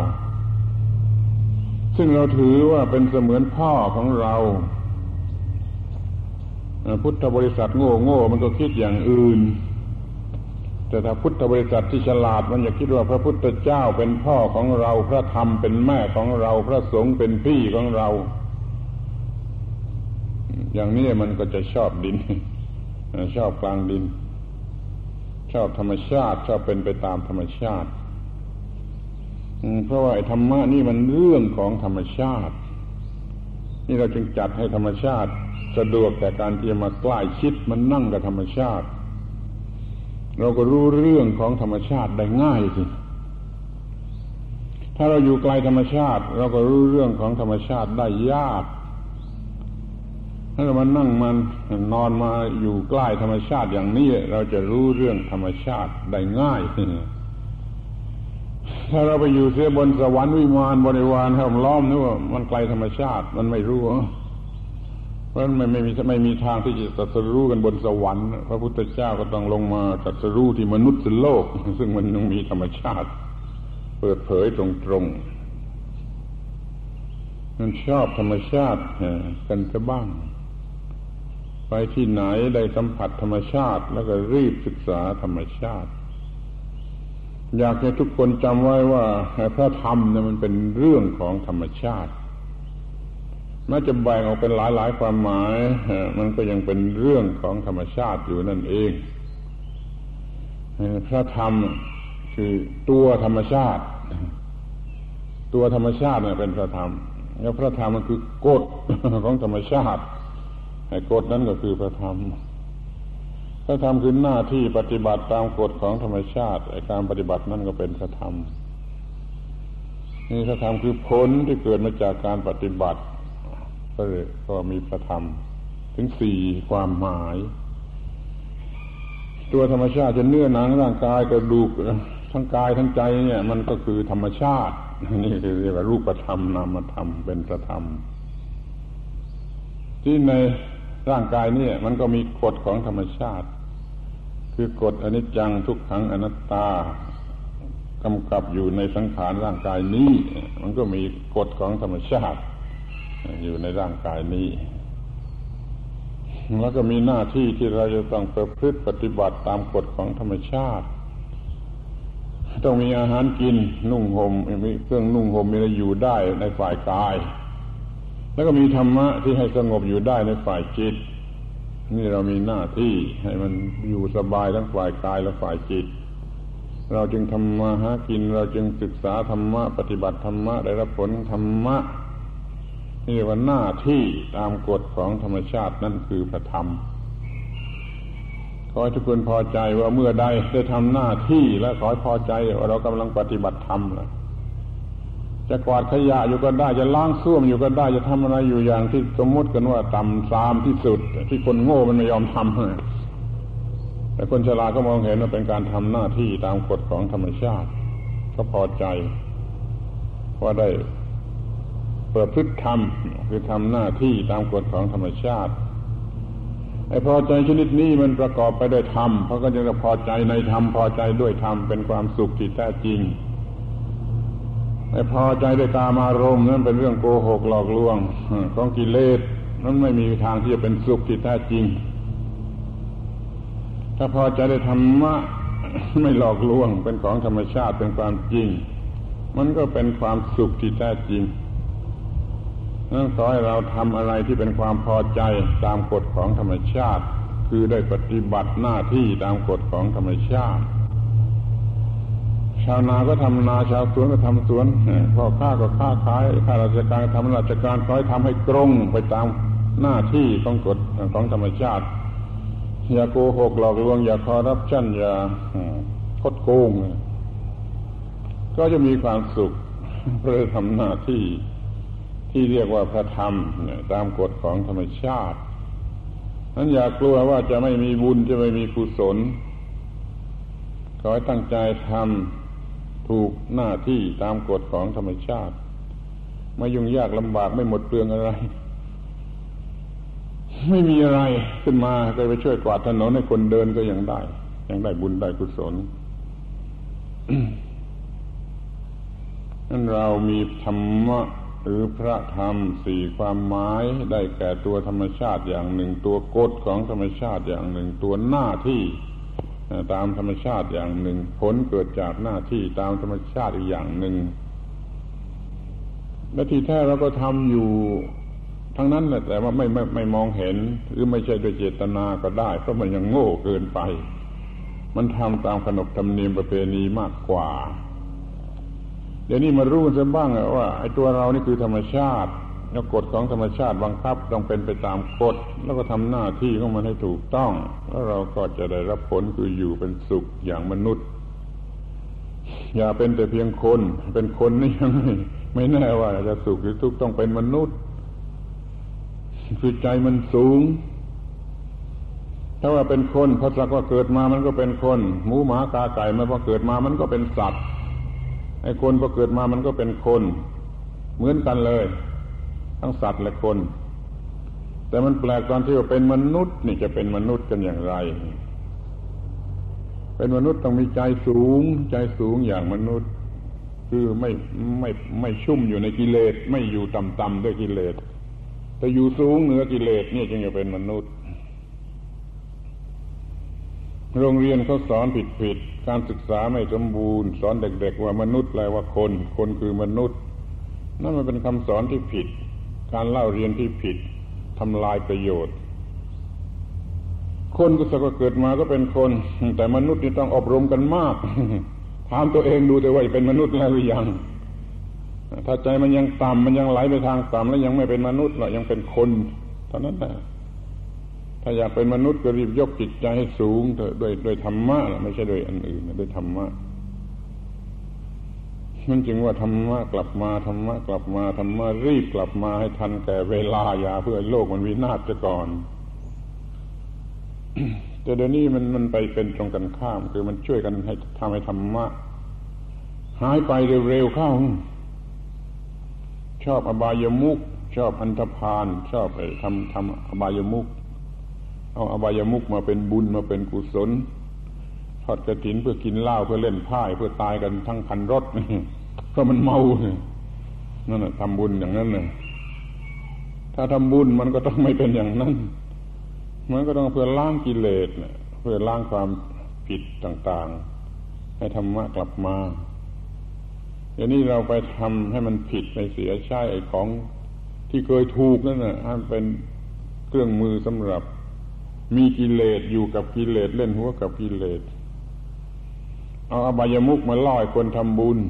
ซึ่งเราถือว่าเป็นเสมือนพ่อของเราพุทธบริษัทโง่มันก็คิดอย่างอื่นแต่ถ้าพุทธบริษัทที่ฉลาดมันจะคิดว่าพระพุทธเจ้าเป็นพ่อของเราพระธรรมเป็นแม่ของเราพระสงฆ์เป็นพี่ของเราอย่างนี้มันก็จะชอบดินชอบกลางดินชอบธรรมชาติชอบเป็นไปตามธรรมชาติเพราะว่าธรรมะนี่มันเรื่องของธรรมชาตินี่เราจึงจัดให้ธรรมชาติสะดวกแต่การที่จะมาใกล้ชิดมันนั่งกับธรรมชาติเราก็รู้เรื่องของธรรมชาติได้ง่ายสิถ้าเราอยู่ไกลธรรมชาติเราก็รู้เรื่องของธรรมชาติได้ยากถ้าเรามานั่งมันนอนมาอยู่ใกล้ธรรมชาติอย่างนี้เราจะรู้เรื่องธรรมชาติได้ง่ายถ้าเราไปอยู่เสียบนสวรรค์วิมานบริวารห้อมล้อมนึกว่ามันไกลธรรมชาติมันไม่รู้เพราะมันไม่มีทางที่จะตรัสรู้กันบนสวรรค์พระพุทธเจ้าก็ต้องลงมาตรัสรู้ที่มนุษย์โลกซึ่งมันยังมีธรรมชาติเปิดเผยตรงๆมันชอบธรรมชาติกันซะบ้างไปที่ไหนได้สัมผัสธรรมชาติแล้วก็รีบศึกษาธรรมชาติอยากให้ทุกคนจำไว้ว่าพระธรรมเนี่ยมันเป็นเรื่องของธรรมชาติแม้จะแบ่งออกเป็นหลายๆความหมายมันก็ยังเป็นเรื่องของธรรมชาติอยู่นั่นเองพระธรรมคือตัวธรรมชาติตัวธรรมชาติเนี่ยเป็นพระธรรมแล้วพระธรรมมันคือกฎของธรรมชาติไอ้กฎนั้นก็คือพระธรรมพระธรรมคือหน้าที่ปฏิบัติตามกฎของธรรมชาติไอ้การปฏิบัตินั่นก็เป็นพระธรรมนี่พระธรรมคือผลที่เกิดมาจากการปฏิบัติก็มีพระธรรมถึง4ความหมายตัวธรรมชาติจะเนื้อหนังร่างกายกระดูกทั้งกายทั้งใจเนี่ยมันก็คือธรรมชาตินี่คือเรียกว่ารูปธรรมนามธรรมเป็นพระธรรมที่ในร่างกายนี่มันก็มีกฎของธรรมชาติคือกฎอนิจจังทุกขังอนัตตากำกับอยู่ในสังขารร่างกายนี้มันก็มีกฎของธรรมชาติอยู่ในร่างกายนี้แล้วก็มีหน้าที่ที่เราจะต้องประพฤติปฏิบัติตามกฎของธรรมชาติต้องมีอาหารกินนุ่งห่มมีเครื่องนุ่งห่มมีอะไรอยู่ได้ในฝ่ายกายแล้วก็มีธรรมะที่ให้สงบอยู่ได้ในฝ่ายจิตนี่เรามีหน้าที่ให้มันอยู่สบายทั้งฝ่ายกายและฝ่ายจิตเราจึงทำมาหากินเราจึงศึกษาธรรมะปฏิบัติธรรมะได้รับผลธรรมะนี่เรียกว่าหน้าที่ตามกฎของธรรมชาตินั่นคือพระธรรมขอให้ทุกคนพอใจว่าเมื่อใดได้ทำหน้าที่และขอให้พอใจว่าเรากำลังปฏิบัติธรรมแล้วจะกวาดขยะอยู่ก็ได้จะล้างส้วมอยู่ก็ได้จะทำอะไรอยู่อย่างที่สมมติกันว่าต่ำทรามที่สุดที่คนโง่มันไม่ยอมทำแต่คนฉลาดก็มองเห็นว่าเป็นการทำหน้าที่ตามกฎของธรรมชาติก็พอใจว่าได้ประพฤติธรรมคือทำหน้าที่ตามกฎของธรรมชาติไอ้พอใจชนิดนี้มันประกอบไปด้วยธรรมเพราะก็จะพอใจในธรรมพอใจด้วยธรรมเป็นความสุขที่แท้จริงไอ้พอใจด้วยกามารมณ์นั้นเป็นเรื่องโกหกหลอกลวงของกิเลสนั้นไม่มีทางที่จะเป็นสุขที่แท้จริงถ้าพอใจด้วยธรรมะไม่หลอกลวงเป็นของธรรมชาติเป็นความจริงมันก็เป็นความสุขที่แท้จริงนั่นขอให้เราทำอะไรที่เป็นความพอใจตามกฎของธรรมชาติคือได้ปฏิบัติหน้าที่ตามกฎของธรรมชาติชาวนาก็ทำนาชาวสวนก็ทำสวนพ่อค้าก็ค้าขายข้าราชการทำราชการขอให้ทำให้ตรงไปตามหน้าที่ของกฎของธรรมชาติอย่าโกหกหลอกลวงอย่าคอร์รัปชันอย่าคดโกงก็จะมีความสุขเพื่อทำหน้าที่ที่เรียกว่าพระธรรมตามกฎของธรรมชาตินั้นอย่ากลัวว่าจะไม่มีบุญจะไม่มีกุศลขอให้ตั้งใจทำถูกหน้าที่ตามกฎของธรรมชาติไม่ยุ่งยากลำบากไม่หมดเปลืองอะไรไม่มีอะไรขึ้นมาก็ไปช่วยกวาดถนนให้คนเดินก็ยังได้บุญได้กุศล นั้นเรามีธรรมะหรือพระธรรมสี่ความหมายได้แก่ตัวธรรมชาติอย่างหนึ่งตัวกฎของธรรมชาติอย่างหนึ่งตัวหน้าที่ตามธรรมชาติอย่างหนึ่งผลเกิดจากหน้าที่ตามธรรมชาติอีกอย่างหนึ่งและที่แท้เราก็ทำอยู่ทั้งนั้นแหละแต่ว่าไม่มองเห็นหรือไม่ใช่โดยเจตนาก็ได้เพราะมันยังโง่เกินไปมันทำตามขนบธรรมเนียมประเพณีมากกว่าเดี๋ยวนี้มารู้กันซะบ้างว่าไอ้ตัวเรานี่คือธรรมชาติแล้วกฎของธรรมชาติบังคับต้องเป็นไปตามกฎแล้วก็ทำหน้าที่ของมันให้ถูกต้องแล้วเราก็จะได้รับผลคืออยู่เป็นสุขอย่างมนุษย์อย่าเป็นแต่เพียงคนเป็นคนนี่ยังไม่แน่ว่าจะสุขหรือทุกข์ต้องเป็นมนุษย์คือใจมันสูงถ้าว่าเป็นคนพอสักว่าเกิดมามันก็เป็นคนหมูหมากาไก่มันพอเกิดมามันก็เป็นสัตว์ไอ้คนพอเกิดมามันก็เป็นคนเหมือนกันเลยทั้งสัตว์และคนแต่มันแปลกตอนที่ว่าเป็นมนุษย์นี่จะเป็นมนุษย์กันอย่างไรเป็นมนุษย์ต้องมีใจสูงอย่างมนุษย์คือไม่ชุ่มอยู่ในกิเลสไม่อยู่ต่ำๆด้วยกิเลสแต่อยู่สูงเหนือกิเลสนี่จึงจะเป็นมนุษย์โรงเรียนเขาสอนผิดการศึกษาไม่สมบูรณ์สอนเด็กๆว่ามนุษย์แปลว่าคนคือมนุษย์นั่นมันเป็นคำสอนที่ผิดการเล่าเรียนที่ผิดทำลายประโยชน์คนก็สักว่าเกิดมาก็เป็นคนแต่มนุษย์นี่ต้องอบรมกันมากถามตัวเองดูแต่ว่าเป็นมนุษย์แล้วหรือยังถ้าใจมันยังต่ำมันยังไหลไปทางต่ำแล้วยังไม่เป็นมนุษย์หรอกยังเป็นคนเท่านั้นแหละถ้าอยากเป็นมนุษย์ก็รีบยกจิตใจให้สูงเถอะด้วยธรรมะไม่ใช่ด้วยอันอื่นด้วยธรรมะมันจึงว่าธรรมะกลับมาธรรมะกลับมาธรรมะรีบกลับมาให้ทันแก่เวลาอย่าเพื่อโลกมันวินาศซะก่อน แต่เดี๋ยวนี้มันไปเป็นตรงกันข้ามคือมันช่วยกันให้ทำให้ธรรมะหายไปเร็วๆเข้าชอบอบายมุขชอบอันธพาลชอบทำอบายมุขเอาอบายมุขมาเป็นบุญมาเป็นกุศลทอดกฐินเพื่อกินเหล้าเพื่อเล่นไพ่เพื่อตายกันทั้งคันรถเพราะมันเมานั่นน่ะทำบุญอย่างนั้นน่ะถ้าทำบุญมันก็ต้องไม่เป็นอย่างนั้นมันก็ต้องเพื่อล้างกิเลสน่ะเพื่อล้างความผิดต่างๆให้ธรรมะกลับมาเดี๋ยวนี้เราไปทำให้มันผิดไปเสียใช้ไอ้ของที่เคยถูกนั่นน่ะให้เป็นเครื่องมือสำหรับมีกิเลสอยู่กับกิเลสเล่นหัวกับกิเลสเอาอบายมุขมาล่อให้คนทำบุญ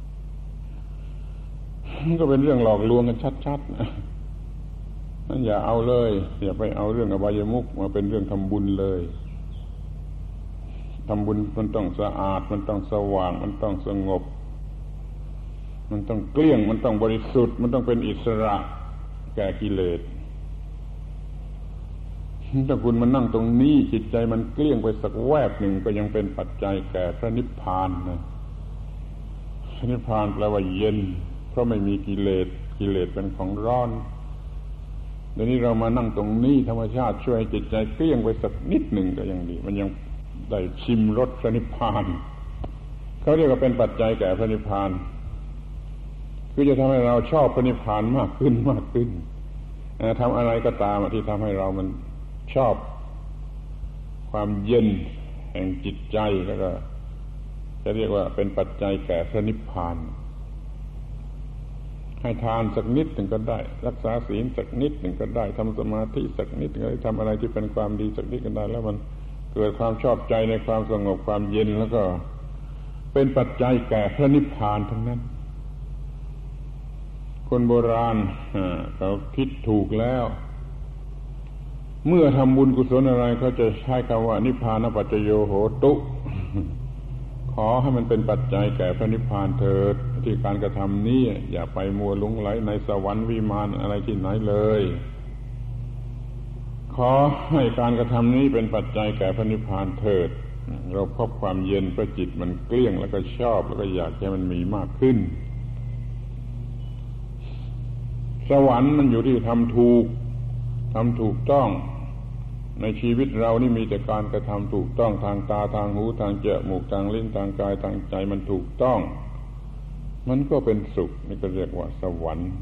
มันก็เป็นเรื่องหลอกลวงกันชัดๆนะนั่นอย่าเอาเลยอย่าไปเอาเรื่องอบายมุขมาเป็นเรื่องทำบุญเลยทำบุญมันต้องสะอาดมันต้องสว่างมันต้องสงบมันต้องเกลี้ยงมันต้องบริสุทธิ์มันต้องเป็นอิสระแก่กิเลสถ้าคุณมานั่งตรงนี้จิตใจมันเกลี้ยงไปสักแวบหนึ่งก็ยังเป็นปัจจัยแก่พระนิพพานนะพระนิพพานแปลว่าเย็นเพราะไม่มีกิเลสเป็นของร้อนเดี๋ยวนี้เรามานั่งตรงนี้ธรรมชาติช่วยจิตใจเกลี้ยงไปสักนิดหนึ่งก็ยังดีมันยังได้ชิมรสพระนิพพานเขาเรียกว่าเป็นปัจจัยแก่พระนิพพานคือจะทำให้เราชอบพระนิพพานมากขึ้นทำอะไรก็ตามที่ทำให้เรามันชอบความเย็นแห่งจิตใจแล้วก็จะเรียกว่าเป็นปัจจัยแก่พระนิพพานให้ทานสักนิดหนึ่งก็ได้รักษาศีลสักนิดหนึ่งก็ได้ทำสมาธิสักนิดหนึ่งก็ได้ทำอะไรที่เป็นความดีสักนิดก็ได้แล้วมันเกิดความชอบใจในความสงบความเย็นแล้วก็เป็นปัจจัยแก่พระนิพพานทั้งนั้นคนโบราณเขาคิดถูกแล้วเมื่อทำบุญกุศลอะไรเขาจะใช้คำว่านิพพานปัจจโยโหตุขอให้มันเป็นปัจจัยแก่พระนิพพานเถิดที่การกระทำนี้อย่าไปมัวหลงไหลในสวรรค์วิมานอะไรที่ไหนเลยขอให้การกระทำนี้เป็นปัจจัยแก่พระนิพพานเถิดเราพบความเย็นเพราะจิตมันเกลี้ยงแล้วก็ชอบแล้วก็อยากให้มันมีมากขึ้นสวรรค์มันอยู่ที่ทำถูกต้องในชีวิตเรานี่มีแต่การกระทำถูกต้องทางตาทางหูทางจมูกทางลิ้นทางกายทางใจมันถูกต้องมันก็เป็นสุขนี่ก็เรียกว่าสวรรค์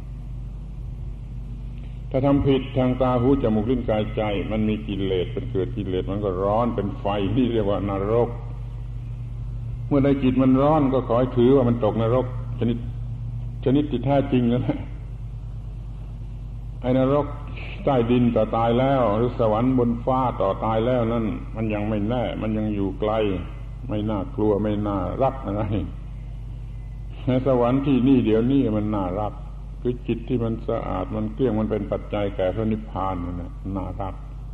ถ้าทำผิดทางตาหูจมูกลิ้นกายใจมันมีกิเลสเป็นเกิดกิเลสมันก็ร้อนเป็นไฟนี่เรียกว่านรกเมื่อใดจิตมันร้อนก็ขอให้ถือว่ามันตกนรกชนิดที่แท้จริงแล้วนะไอ้นรกใต้ดินต่อตายแล้วหรือสวรรค์บนฟ้าต่อตายแล้วนั่นมันยังไม่แน่มันยังอยู่ไกลไม่น่ากลัวไม่น่ารักอะไรสวรรค์ที่นี่เดี๋ยวนี้มันน่ารักคือจิตที่มันสะอาดมันเกลี้ยงมันเป็นปัจจัยแก่พระนิพพานนั่นน่ารัก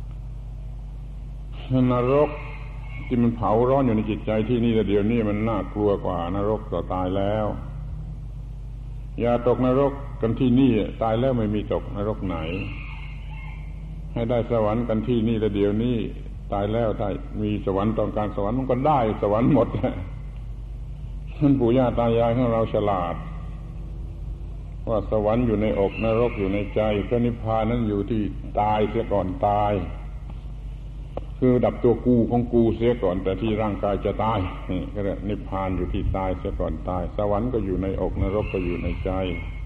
นรกที่มันเผาร้อนอยู่ในจิตใจที่นี่เดี๋ยวนี้มันน่ากลัวกว่านรกต่อตายแล้วอย่าตกนรกกันที่นี่ตายแล้วไม่มีตกนรกไหนให้ได้สวรรค์กันที่นี่แล้วเดี๋ยวนี้ตายแล้วได้มีสวรรค์ต้องการสวรรค์มันก็ได้สวรรค์หมดท่านปู่ย่าตายายของเราฉลาดว่าสวรรค์อยู่ในอกนรกอยู่ในใจพระนิพพานนั้นอยู่ที่ตายเสียก่อนตายคือดับตัวกูของกูเสียก่อนแต่ที่ร่างกายจะตายนี่ก็เรียกนิพพานอยู่ที่ตายเสียก่อนตายสวรรค์ก็อยู่ในอกนรกก็อยู่ในใจ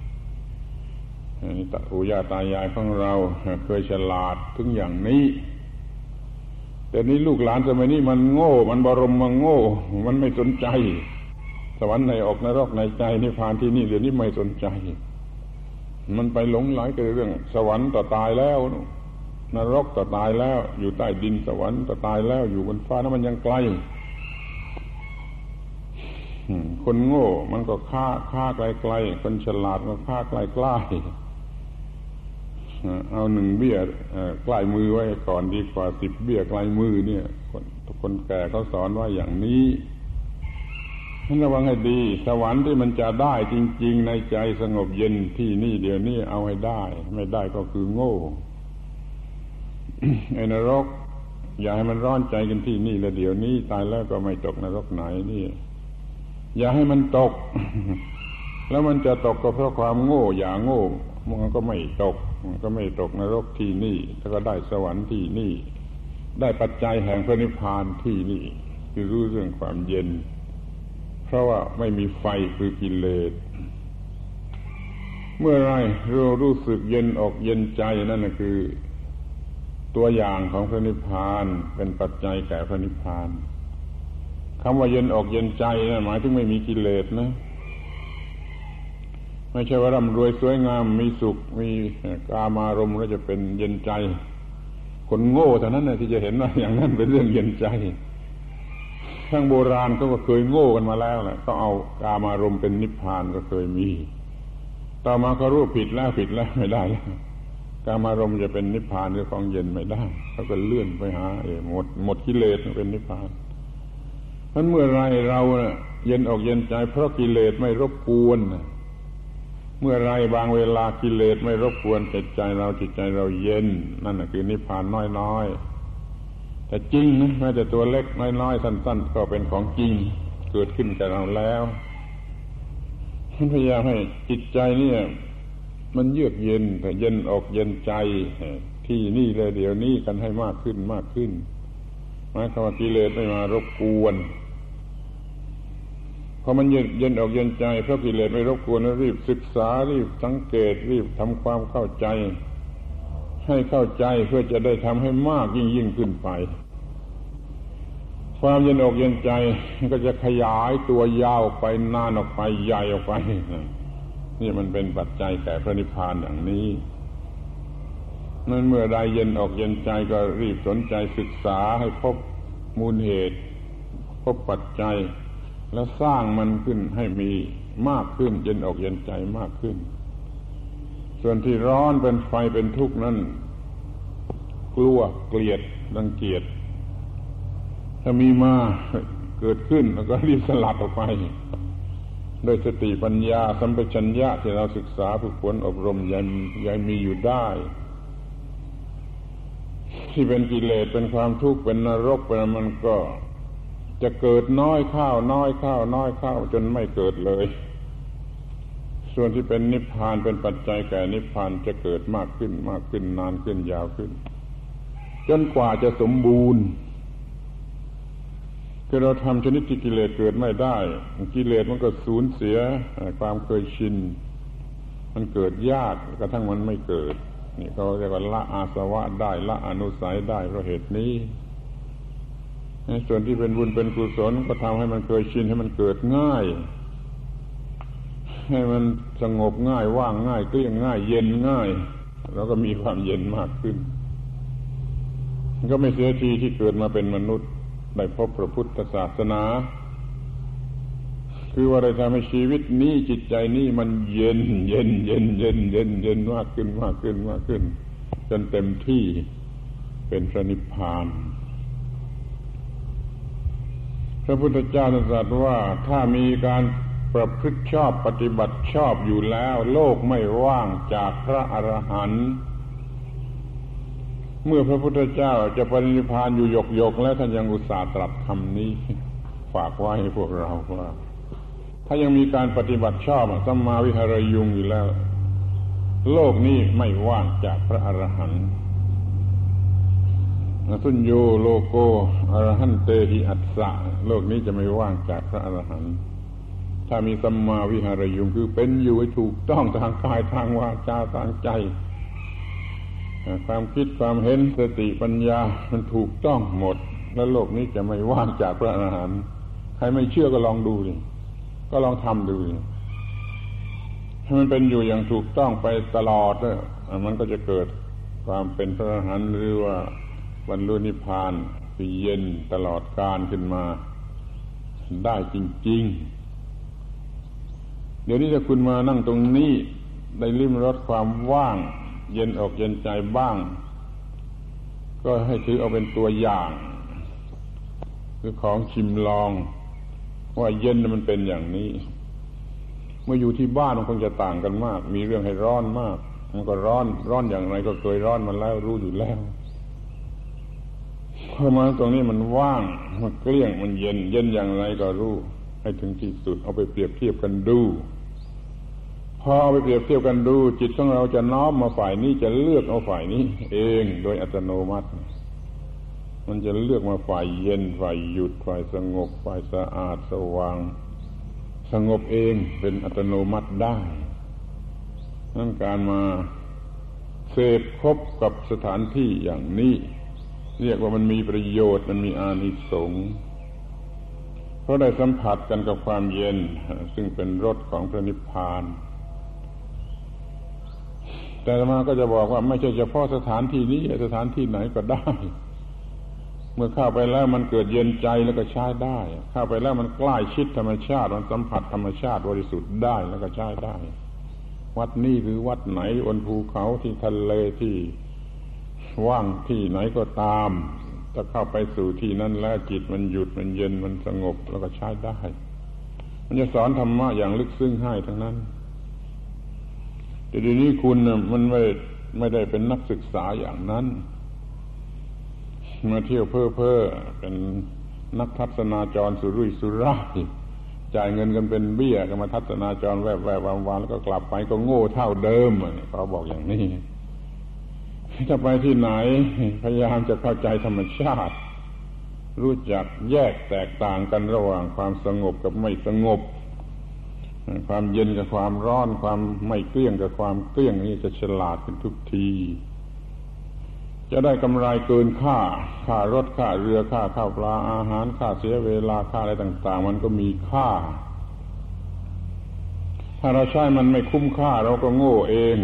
นี่ปู่ย่าตายายของเราเคยฉลาดถึงอย่างนี้แต่นี้ลูกหลานสมัยนี้มันโง่มันบรมมันโง่มันไม่สนใจสวรรค์ในอกนรกในใจนิพพานที่นี่เดี๋ยวนี้ไม่สนใจมันไปหลงไหลกับเรื่องสวรรค์ต่อตายแล้วนรกต่อตายแล้วอยู่ใต้ดินสวรรค์ต่อตายแล้วอยู่บนฟ้านั้นมันยังไกลคนโง่มันก็ฆ่าไกลๆคนฉลาดมันฆ่าใกล้ๆเอา1 เบี้ยใกล้มือไว้ก่อนดีกว่า10 เบี้ยไกลมือเนี่ยคนแก่เขาสอนว่าอย่างนี้ท่านระวังให้ดีสวรรค์ที่มันจะได้จริงๆในใจสงบเย็นที่นี่เดี๋ยวนี้เอาให้ได้ไม่ได้ก็คือโง่ไอ้นรกอย่าให้มันร้อนใจกันที่นี่แล้วเดี๋ยวนี้ตายแล้วก็ไม่ตกนรกไหนนี่อย่าให้มันตกแล้วมันจะตกก็เพราะความโง่อย่าโง่มันก็ไม่ตกนรกที่นี่แล้วก็ได้สวรรค์ที่นี่ได้ปัจจัยแห่งพระนิพพานที่นี่คือรู้เรื่องความเย็นเพราะว่าไม่มีไฟคือกิเลสเมื่อไรเรารู้สึกเย็นอกเย็นใจนั่นน่ะคือตัวอย่างของพระนิพพานเป็นปัจจัยแก่พระนิพพานคำว่าเย็นอกเย็นใจนะหมายถึงไม่มีกิเลสนะไม่ใช่ว่าร่ำรวยสวยงามมีสุขมีกามารมณ์แล้วจะเป็นเย็นใจคนโง่เท่านั้นนะที่จะเห็นว่าอย่างนั้นเป็นเรื่องเย็นใจทั้งโบราณก็เคยโง่กันมาแล้วแหละก็เอากามารมณ์เป็นนิพพานก็เคยมีต่อมาเขารู้ผิดแล้วไม่ได้แล้วกามารมณ์จะเป็นนิพพานหรือของเย็นไม่ได้เขาก็เลื่อนไปหาหมดกิเลสเป็นนิพพานเพราะเมื่อไรเราเย็นอกเย็นใจเพราะกิเลสไม่รบกวนเมื่อไรบางเวลากิเลสไม่รบกวนจิตใจเราเย็นนั่นน่ะคือนิพพานน้อยๆแต่จริงนะแม้แต่ตัวเล็กน้อยๆสั้นๆก็เป็นของจริงเกิดขึ้นกับเราแล้วพยายามให้จิตใจเนี่ยมันเยือกเย็นแต่เย็นอกเย็นใจที่นี่เลยเดี๋ยวนี้กันให้มากขึ้นหมายความว่ากิเลสไม่มารบกวนพอมันเย็นอกเย็นใจเพราะกิเลสไม่รบกวนรีบศึกษารีบสังเกตรีบทำความเข้าใจให้เข้าใจเพื่อจะได้ทำให้มากยิ่งขึ้นไปความเย็นอกเย็นใจก็จะขยายตัวยาวไปนานออกไปใหญ่ออกไปนี่มันเป็นปัจจัยแก่พระนิพพานอย่างนี้นั้นเมื่อใดเย็นอกเย็นใจก็รีบสนใจศึกษาให้พบมูลเหตุพบปัจจัยแล้วสร้างมันขึ้นให้มีมากขึ้นเย็นอกเย็นใจมากขึ้นส่วนที่ร้อนเป็นไฟเป็นทุกข์นั้นกลัวเกลียดรังเกียจถ้ามีมาเกิดขึ้นแล้วก็รีบสลัดออกไปโดยสติปัญญาสัมปชัญญะที่เราศึกษาฝึกฝนอบรมยังมีอยู่ได้ที่เป็นกิเลสเป็นความทุกข์เป็นนรกเป็นมันก็จะเกิดน้อยข้าวน้อยข้าวน้อยข้าวจนไม่เกิดเลยส่วนที่เป็นนิพพานเป็นปัจจัยแก่นิพพานจะเกิดมากขึ้นมากขึ้นนานขึ้นยาวขึ้นจนกว่าจะสมบูรณ์คือเราทำชนิดที่กิเลสเกิดไม่ได้กิเลสมันก็สูญเสียความเคยชินมันเกิดยากกระทั่งมันไม่เกิดนี่เขาเรียกว่าละอาสวะได้ละอนุสัยได้เพราะเหตุนี้ส่วนที่เป็นบุญเป็นกุศลก็ทำให้มันเคยชินให้มันเกิดง่ายให้มันสงบง่ายว่างง่ายเกลี้ยงง่ายเย็นง่ายแล้วก็มีความเย็นมากขึ้นก็ไม่เสียทีที่เกิดมาเป็นมนุษย์ได้พบพระพุทธศาสนาคือว่าได้ทำให้ชีวิตนี้จิตใจนี้มันเย็นมากขึ้นมากขึ้นมากขึ้นจนเต็มที่เป็นพระนิพพานพระพุทธเจ้าตรัสว่าถ้ามีการประพฤติชอบปฏิบัติชอบอยู่แล้วโลกไม่ว่างจากพระอรหันต์เมื่อพระพุทธเจ้าจะปรินิพพานอยู่หยกๆแล้วท่านยังอุตส่าห์ตรัสคำนี้ฝากไว้ให้พวกเราว่าถ้ายังมีการปฏิบัติชอบสัมมาวิหารยุงอยู่แล้วโลกนี้ไม่ว่างจากพระอรหันต์สุญโญโลโกอรหันเตหิอัสสะโลกนี้จะไม่ว่างจากพระอรหันต์ถ้ามีสัมมาวิหารยุงคือเป็นอยู่ให้ถูกต้องทางกายทางวาจาทางใจความคิดความเห็นสติปัญญามันถูกต้องหมดแล้วโลกนี้จะไม่ว่างจากพระอรหันต์ใครไม่เชื่อก็ลองดูดิก็ลองทำดูให้มันเป็นอยู่อย่างถูกต้องไปตลอดแล้วมันก็จะเกิดความเป็นพระอรหันต์หรือว่าบรรลุนิพพานคือเย็นตลอดกาลขึ้นมาได้จริงๆเดี๋ยวนี้ถ้าคุณมานั่งตรงนี้ได้ลิ้มรสความว่างเย็นอกเย็นใจบ้างก็ให้ถือเอาเป็นตัวอย่างคือของชิมลองว่าเย็นมันเป็นอย่างนี้เมื่ออยู่ที่บ้านมันคงจะต่างกันมากมีเรื่องให้ร้อนมากมันก็ร้อนอย่างไรก็เคยร้อนมาแล้วรู้อยู่แล้วพอมาตรงนี้มันว่างมันเกลี้ยงมันเย็นอย่างไรก็รู้ให้ถึงที่สุดเอาไปเปรียบเทียบกันดูพอเอาไปเปรียบเทียบกันดูจิตของเราจะน้อมมาฝ่ายนี้จะเลือกเอาฝ่ายนี้เองโดยอัตโนมัติมันจะเลือกมาฝ่ายเย็นฝ่ายหยุดฝ่ายสงบฝ่ายสะอาดสว่างสงบเองเป็นอัตโนมัติได้นั่นการมาเสพคบกับสถานที่อย่างนี้เรียกว่ามันมีประโยชน์มันมีอานิสงส์เพราะได้สัมผัสกันกับความเย็นซึ่งเป็นรสของพระนิพพานแต่อาตมาก็จะบอกว่าไม่ใช่เฉพาะสถานที่นี้สถานที่ไหนก็ได้เมื่อเข้าไปแล้วมันเกิดเย็นใจแล้วก็ใช้ได้เข้าไปแล้วมันใกล้ชิดธรรมชาติมันสัมผัสธรรมชาติบริสุทธิ์ได้แล้วก็ใช้ได้วัดนี้หรือวัดไหนบนภูเขาที่ทะเลที่ว่างที่ไหนก็ตามถ้าเข้าไปสู่ที่นั้นแล้วจิตมันหยุดมันเย็นมันสงบแล้วก็ใช้ได้มันจะสอนธรรมะอย่างลึกซึ้งให้ทั้งนั้นแต่ทีนี้คุณมันไม่ได้เป็นนักศึกษาอย่างนั้นมาเที่ยวเพ้อเป็นนักทัศนาจรสุรุ่ยสุร่ายจ่ายเงินกันเป็นเบี้ยก็มาทัศนาจรแวบๆวันๆแล้วก็กลับไปก็โง่เท่าเดิมเขาบอกอย่างนี้จะไปที่ไหนพยายามจะเข้าใจธรรมชาติรู้จักแยกแตกต่างกันระหว่างความสงบกับไม่สงบความเย็นกับความร้อนความไม่เกลี้ยงกับความเกลี้ยงนี่จะฉลาดขึ้นทุกทีจะได้กำไรเกินค่ารถค่าเรือค่าข้าวปลาอาหารค่าเสียเวลาค่าอะไรต่างๆมันก็มีค่าถ้าเราใช้มันไม่คุ้มค่าเราก็โง่เอง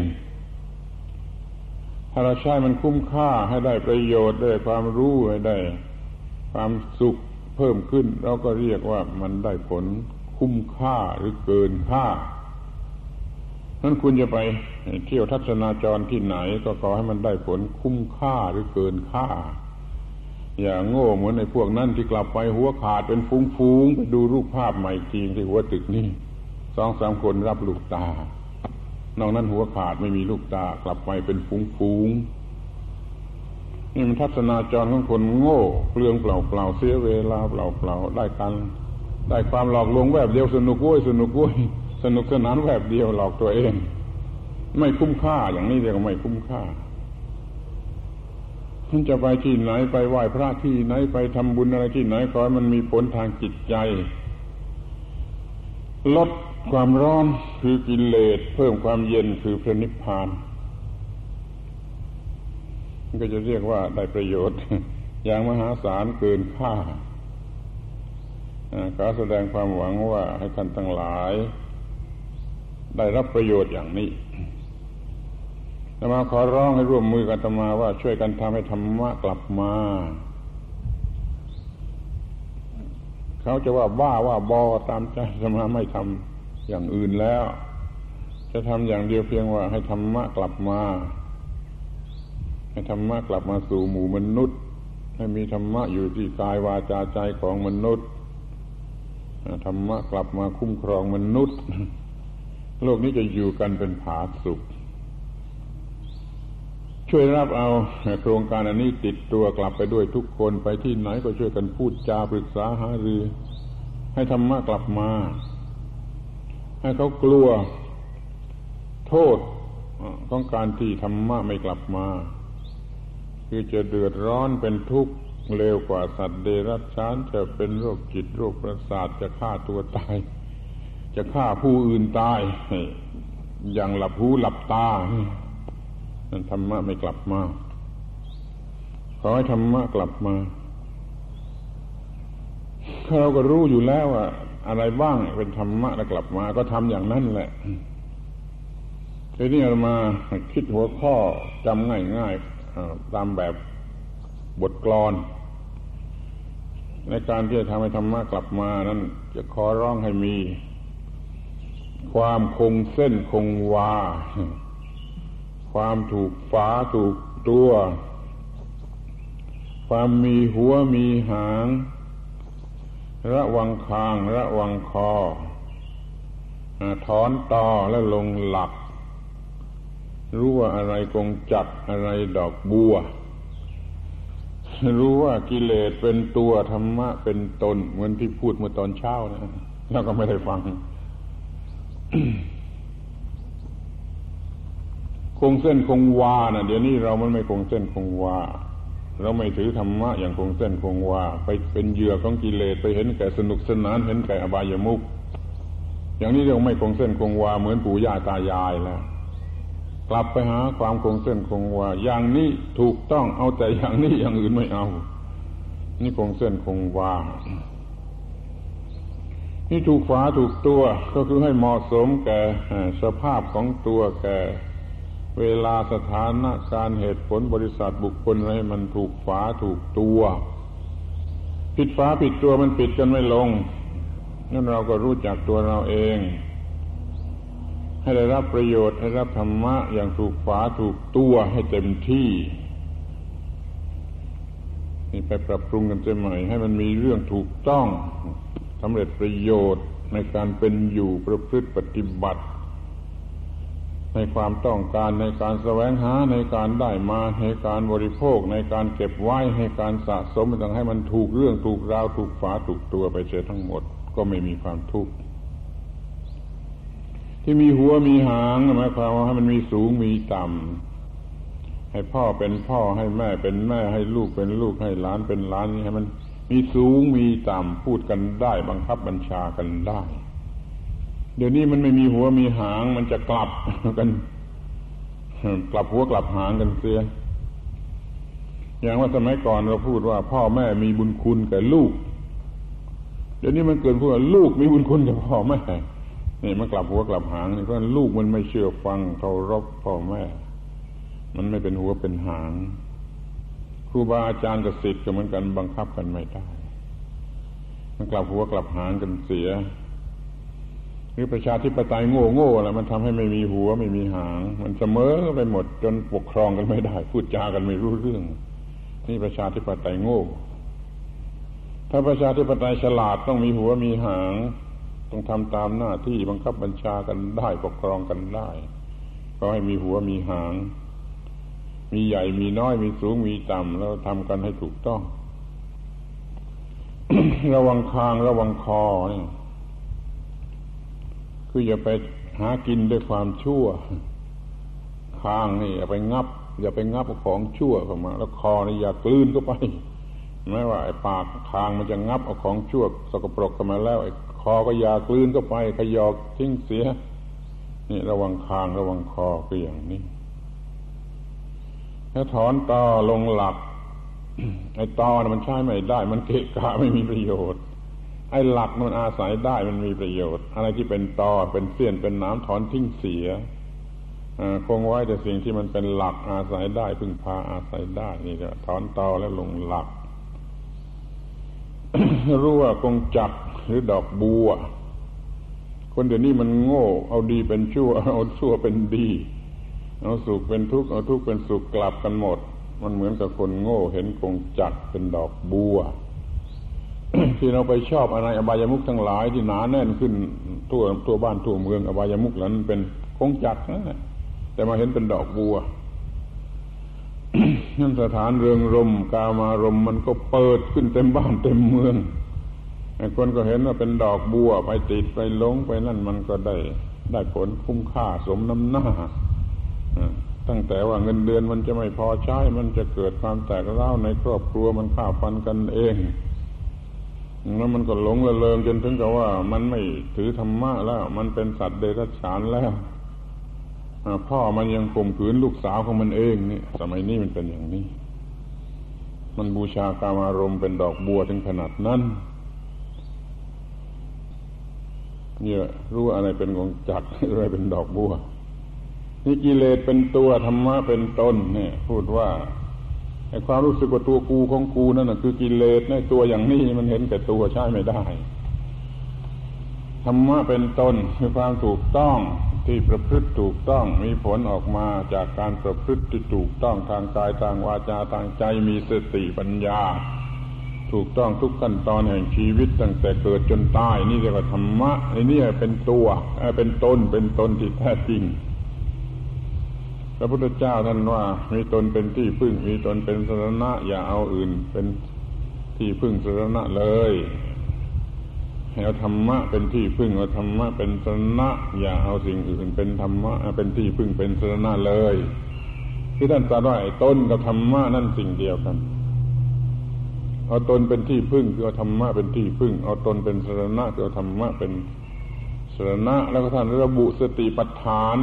ถ้าเราใช้มันคุ้มค่าให้ได้ประโยชน์ได้ความรู้ให้ได้ความสุขเพิ่มขึ้นเราก็เรียกว่ามันได้ผลคุ้มค่าหรือเกินค่านั้นคุณจะไปเที่ยวทัศนาจรที่ไหนก็ขอให้มันได้ผลคุ้มค่าหรือเกินค่าอย่าโง่เหมือนในพวกนั้นที่กลับไปหัวขาดเป็นฟุ้งๆไปดูรูปภาพใหม่จริงที่หัวตึกนี่ 2-3 คนรับลูกตานอกนั้นหัวขาดไม่มีลูกตากลับไปเป็นฟุ้งๆนี่มันทัศนาจรของคนโง่เปลืองเปล่าๆเสียเวลาเปล่าๆได้ความหลอกลวงแวบเดียวสนุกโว้ยสนุกสนานแวบเดียวหลอกตัวเองไม่คุ้มค่าอย่างนี้เรียกว่าไม่คุ้มค่าท่านจะไปที่ไหนไปไหว้พระที่ไหนไปทำบุญอะไรที่ไหนขอให้มันมีผลทางจิตใจลดความร้อนคือกิเลสเพิ่มความเย็นคือพระนิพพานมันก็จะเรียกว่าได้ประโยชน์อย่างมหาศาลเกินค่าขอแสดงความหวังว่าให้ท่านทั้งหลายได้รับประโยชน์อย่างนี้อาตมาขอร้องให้ร่วมมือกันอาตมาว่าช่วยกันทำให้ธรรมะกลับมาเขาจะว่าบ้าว่าบอตามใจอาตมาไม่ทำอย่างอื่นแล้วจะทำอย่างเดียวเพียงว่าให้ธรรมะกลับมาให้ธรรมะกลับมาสู่หมู่มนุษย์ให้มีธรรมะอยู่ที่กายวาจาใจของมนุษย์ธรรมะกลับมาคุ้มครองมนุษย์โลกนี้จะอยู่กันเป็นผาสุกช่วยรับเอาโครงการอันนี้ติดตัวกลับไปด้วยทุกคนไปที่ไหนก็ช่วยกันพูดจาปรึกษาหารือให้ธรรมะกลับมาให้เขากลัวโทษของการที่ธรรมะไม่กลับมาคือจะเดือดร้อนเป็นทุกข์เลวกว่าสัตว์เดรัจฉานจะเป็นโรคจิตโรคประสาทจะฆ่าตัวตายจะฆ่าผู้อื่นตายอย่างหลับหูหลับตานั่นธรรมะไม่กลับมาขอให้ธรรมะกลับมาเราก็รู้อยู่แล้วว่าอะไรบ้างเป็นธรรมะแล้วกลับมาก็ทำอย่างนั้นแหละทีนี้เรามาคิดหัวข้อจำง่ายๆตามแบบบทกลอนในการที่จะทำให้ธรรมะกลับมานั้นจะขอร้องให้มีความคงเส้นคงวาความถูกฝาถูกตัวความมีหัวมีหางระวังคางระวังคอถอนตอและลงหลักรู้ว่าอะไรกงจักรอะไรดอกบัวรู้ว่ากิเลสเป็นตัวธรรมะเป็นตนเหมือนที่พูดเมื่อตอนเช้านะแล้วก็ไม่ได้ฟัง คงเส้นคงวานะเดี๋ยวนี้เรามันไม่คงเส้นคงวาเราไม่ถือธรรมะอย่างคงเส้นคงวาไปเป็นเหยื่อของกิเลสไปเห็นแก่สนุกสนานเห็นแก่อบายมุขอย่างนี้เรียกไม่คงเส้นคงวาเหมือนปู่ย่าตายายแล้วกลับไปหาความคงเส้นคงวาอย่างนี้ถูกต้องเอาแต่อย่างนี้อย่างอื่นไม่เอานี่คงเส้นคงวานี่ถูกฝาถูกตัวก็คือให้เหมาะสมแก่สภาพของตัวแก่เวลาสถานะการเหตุผลบริษัทบุคคลอะไรมันถูกฝาถูกตัวผิดฝาผิดตัวมันปิดกันไม่ลงนั่นเราก็รู้จักตัวเราเองให้ได้รับประโยชน์ให้รับธรรมะอย่างถูกฝาถูกตัวให้เต็มที่นี่ไปปรับปรุงกันเสียใหม่ให้มันมีเรื่องถูกต้องสำเร็จประโยชน์ในการเป็นอยู่ประพฤติปฏิบัติในความต้องการในการแสวงหาในการได้มาในการบริโภคในการเก็บไว้ให้การสะสมต่างให้มันถูกเรื่องถูกราวถูกฝาถูกตัวไปเสียทั้งหมดก็ไม่มีความทุกข์ที่มีหัวมีหางหมายความว่าให้มันมีสูงมีต่ำให้พ่อเป็นพ่อให้แม่เป็นแม่ให้ลูกเป็นลูกให้หลานเป็นหลานนี่ให้มันมีสูงมีต่ำพูดกันได้บังคับบัญชากันได้เดี๋ยวนี้มันไม่มีหัวมีหางมันจะกลับกันกลับหัวกลับหางกันเสียอย่างว่าสมัยก่อนเราพูดว่าพ่อแม่มีบุญคุณแก่ลูกเดี๋ยวนี้มันเกิดพูดว่าลูกมีบุญคุณกับพ่อแม่นี่มันกลับหัวกลับหางนี่เพราะลูกมันไม่เชื่อฟังเคารพพ่อแม่มันไม่เป็นหัวเป็นหางครูบาอาจารย์กับศิษย์ก็เหมือนกันบังคับกันไม่ได้มันกลับหัวกลับหางกันเสียหรือประชาธิปไตยโง่ๆแหละมันทำให้ไม่มีหัวไม่มีหางมันเสมอไปหมดจนปกครองกันไม่ได้พูดจากันไม่รู้เรื่องนี่ประชาธิปไตยโง่ถ้าประชาธิปไตยฉลาดต้องมีหัวมีหางต้องทำตามหน้าที่บังคับบัญชากันได้ปกครองกันได้ก็ให้มีหัวมีหางมีใหญ่มีน้อยมีสูงมีต่ำแล้วทำกันให้ถูกต้อง ระวังคางระวังคอนี่คืออย่าไปหากินด้วยความชั่วคางนี่อย่าไปงับของชั่วเข้ามาแล้วคอนี่อย่ากลืนเข้าไปแม้ว่าไอ้ปากคางมันจะงับเอาของชั่วสกปรกเข้ามาแล้วไอ้คอก็อย่ากลืนเข้าไปขยอกทิ้งเสียนี่ระวังคางระวังคอคืออย่างนี้ถ้าถอนตอลงหลัก ไอ้ตอมันใช้ไม่ได้มันเกะกะไม่มีประโยชน์ไอ้หลักมันอาศัยได้มันมีประโยชน์อะไรที่เป็นตอเป็นเสี้ยนเป็นหนามถอนทิ้งเสียคงไว้แต่สิ่งที่มันเป็นหลักอาศัยได้พึ่งพาอาศัยได้นี่ก็ถอนตอแล้วลงหลัก รู้ว่ากงจักรหรือดอกบัวคนเดี๋ยวนี้มันโง่เอาดีเป็นชั่วเอาชั่วเป็นดีเอาสุขเป็นทุกข์เอาทุกข์เป็นสุขกลับกันหมดมันเหมือนกับคนโง่เห็นกงจักรเป็นดอกบัว ที่เราไปชอบอะไรอบายมุขทั้งหลายที่หนาแน่นขึ้นทั่วบ้านทั่วเมืองอบายมุขนั้นเป็นกงจักรนะแต่มาเห็นเป็นดอกบัว นั่นสถานเริงรมย์กามารมณ์มันก็เปิดขึ้นเต็มบ้านเต็มเมืองไอ้คนก็เห็นว่าเป็นดอกบัวไปติดไปหลงไปนั่นมันก็ได้ผลคุ้มค่าสมน้ำหน้าตั้งแต่ว่าเงินเดือนมันจะไม่พอใช้มันจะเกิดความแตกร้าวในครอบครัวมันฆ่าฟันกันเองแล้วมันก็หลงระเริงจนถึงกับว่ามันไม่ถือธรรมะแล้วมันเป็นสัตว์เดรัจฉานแล้วพ่อมันยังข่มขืนลูกสาวของมันเองนี่สมัยนี้มันเป็นอย่างนี้มันบูชากามารมณ์เป็นดอกบัวถึงขนาดนั้นเนี่ยรู้อะไรเป็นกงจักรอะไรเป็นดอกบัวนี่กิเลสเป็นตัวธรรมะเป็นตนเนี่ยพูดว่าไอ้ความรู้สึกว่าตัวกูของกูนั่นน่ะคือกิเลสในตัวอย่างนี้มันเห็นแก่ตัวใช้ไม่ได้ธรรมะเป็นตนคือความถูกต้องที่ประพฤติถูกต้องมีผลออกมาจากการประพฤติที่ถูกต้องทางกายทางวาจาทางใจมีสติปัญญาถูกต้องทุกขั้นตอนแห่งชีวิตตั้งแต่เกิดจนตายนี่เรียกว่าธรรมะไอ้นี่เป็นตัวเป็นตนที่แท้จริงพระพุทธเจ้าท่านว่ามีตนเป็นที่พึ่งมีตนเป็นสรณะอย่าเอาอื่นเป็นที่พึ่งสรณะเลยให้เอาธรรมะเป็นที่พึ่งเอาธรรมะเป็นสรณะอย่าเอาสิ่งอื่นเป็นธรรมะเป็นที่พึ่งเป็นสรณะเลยที่ท่านตรัสว่าตนกับธรรมะนั่นสิ่งเดียวกันเอาตนเป็นที่พึ่งคือเอาธรรมะเป็นที่พึ่งเอาตนเป็นสรณะคือเอาธรรมะเป็นสรณะแล้วก็ท่านระบุสติปัฏฐาน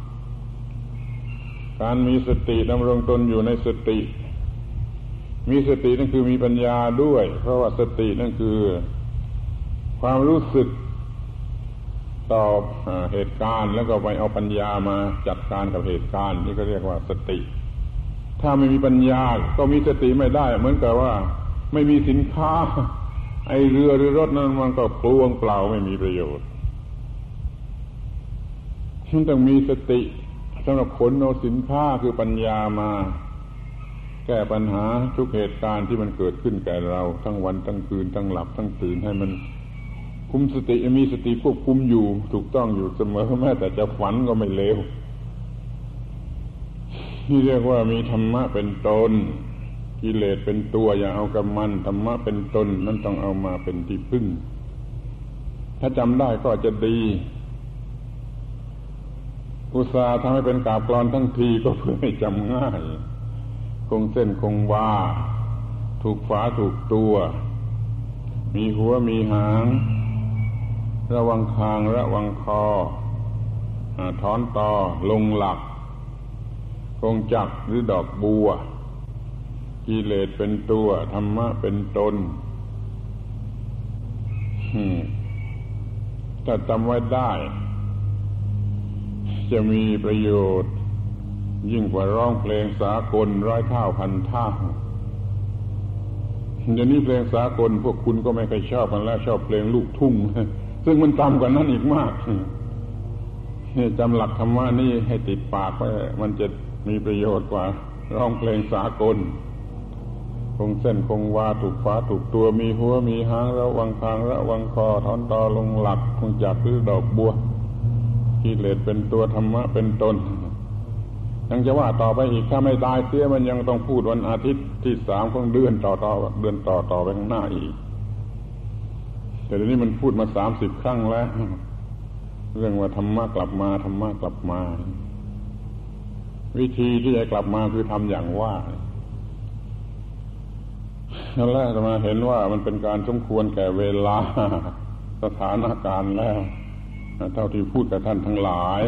การมีสติดำรงตนอยู่ในสติมีสตินั่นคือมีปัญญาด้วยเพราะว่าสตินั่นคือความรู้สึกต่อเหตุการณ์แล้วก็ไปเอาปัญญามาจัดการกับเหตุการณ์นี่ก็เรียกว่าสติถ้าไม่มีปัญญาก็มีสติไม่ได้เหมือนกับว่าไม่มีสินค้าไอ้เรือหรือรถนั้นมันก็เปลืองเปล่าไม่มีประโยชน์มันต้องมีสติสำหรับขนเอาสินค้าคือปัญญามาแก้ปัญหาทุกเหตุการณ์ที่มันเกิดขึ้นแก่เราทั้งวันทั้งคืนทั้งหลับทั้งตื่นให้มันคุมสติมีสติควบคุมอยู่ถูกต้องอยู่เสมอแม้แต่จะฝันก็ไม่เลวนี่เรียกว่ามีธรรมะเป็นตนกิเลสเป็นตัวอย่าเอากับมันธรรมะเป็นตนนั้นต้องเอามาเป็นที่พึ่งถ้าจำได้ก็จะดีอุตส่าห์ทำให้เป็นกาบกลอนทั้งทีก็เพื่อให้จำง่ายคงเส้นคงวาถูกฝาถูกตัวมีหัวมีหางระวังคางระวังคอถอนตอลงหลักกงจักรหรือดอกบัวกิเลสเป็นตัวธรรมะเป็นตนถ้าจำไว้ได้จะมีประโยชน์ยิ่งกว่าร้องเพลงสากลร้อยเท่าพันเท่าเดี๋ยวนี้เพลงสากลพวกคุณก็ไม่เคยชอบกันแล้วชอบเพลงลูกทุ่งซึ่งมันต่ำกว่านั้นอีกมากจำหลักธรรมะนี่ให้ติดปากไว้มันจะมีประโยชน์กว่าร้องเพลงสากลคงเส้นคงวาถูกฟ้าถูกตัวมีหัวมีหางระวังคางระวังคอถอนตอลงหลักคงจักหรือดอกบัวกิเลสเป็นตัวธรรมะเป็นตนยังจะว่าต่อไปอีกถ้าไม่ตายเสียมันยังต้องพูดวันอาทิตย์ที่3ของเดือนต่อไปข้างหน้าอีกแต่เดี๋ยวนี้มันพูดมา30 ครั้งแล้วเรื่องว่าธรรมะกลับมาธรรมะกลับมาวิธีที่จะกลับมาคือทำอย่างว่านั่นแหละจะมาเห็นว่ามันเป็นการสมควรแก่เวลาสถานการณ์แล้วเท่าที่พูดกับท่านทั้งหลาย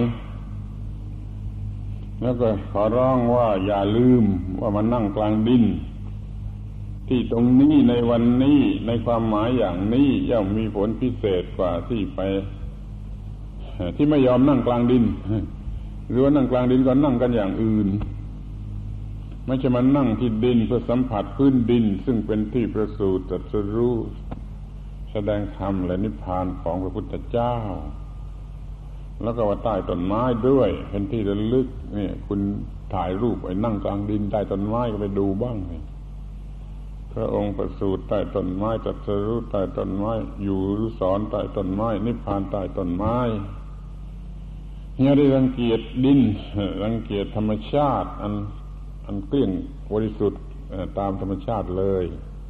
แล้วก็ขอร้องว่าอย่าลืมว่ามันนั่งกลางดินที่ตรงนี้ในวันนี้ในความหมายอย่างนี้ย่อมมีผลพิเศษกว่าที่ไปที่ไม่ยอมนั่งกลางดินหรือว่านั่งกลางดินก็นั่งกันอย่างอื่นไม่ใช่มานั่งที่ดินเพื่อสัมผัสพื้นดินซึ่งเป็นที่ประสูติตรัสรู้แสดงธรรมและนิพพานของพระพุทธเจ้าแล้วก็ว่าใต้ต้นไม้ด้วยเป็นที่ระลึกนี่คุณถ่ายรูปไอ้นั่งกลางดินใต้ต้นไม้ก็ไปดูบ้างพระองค์ประสูติใต้ต้นไม้ตรัสรู้ใต้ต้นไม้อยู่หรือสอนใต้ต้นไม้นิพพานใต้ต้นไม้อย่าได้รังเกียจดินรังเกียจธรรมชาติอันเกลี้ยงบริสุทธิ์ตามธรรมชาติเลย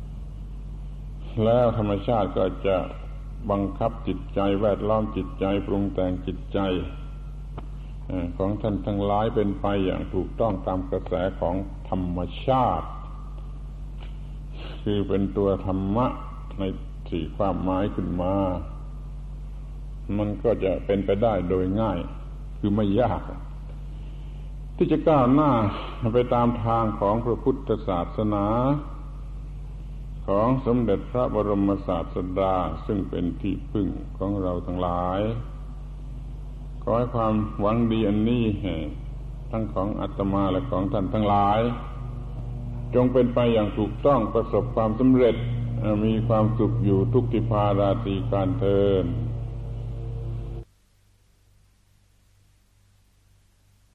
แล้วธรรมชาติก็จะบังคับจิตใจแวดล้อมจิตใจปรุงแต่งจิตใจของท่านทั้งหลายเป็นไปอย่างถูกต้องตามกระแสของธรรมชาติคือเป็นตัวธรรมะในสี่ความหมายขึ้นมามันก็จะเป็นไปได้โดยง่ายคือไม่ยากที่จะก้าวหน้าไปตามทางของพระพุทธศาสนาของสมเด็จพระบรมศาสดาซึ่งเป็นที่พึ่งของเราทั้งหลายขอให้ความหวังดีอันนี้ทั้งของอาตมาและของท่านทั้งหลายจงเป็นไปอย่างถูกต้องประสบความสำเร็จมีความสุขอยู่ทุกทิพาราตรีการเทอญ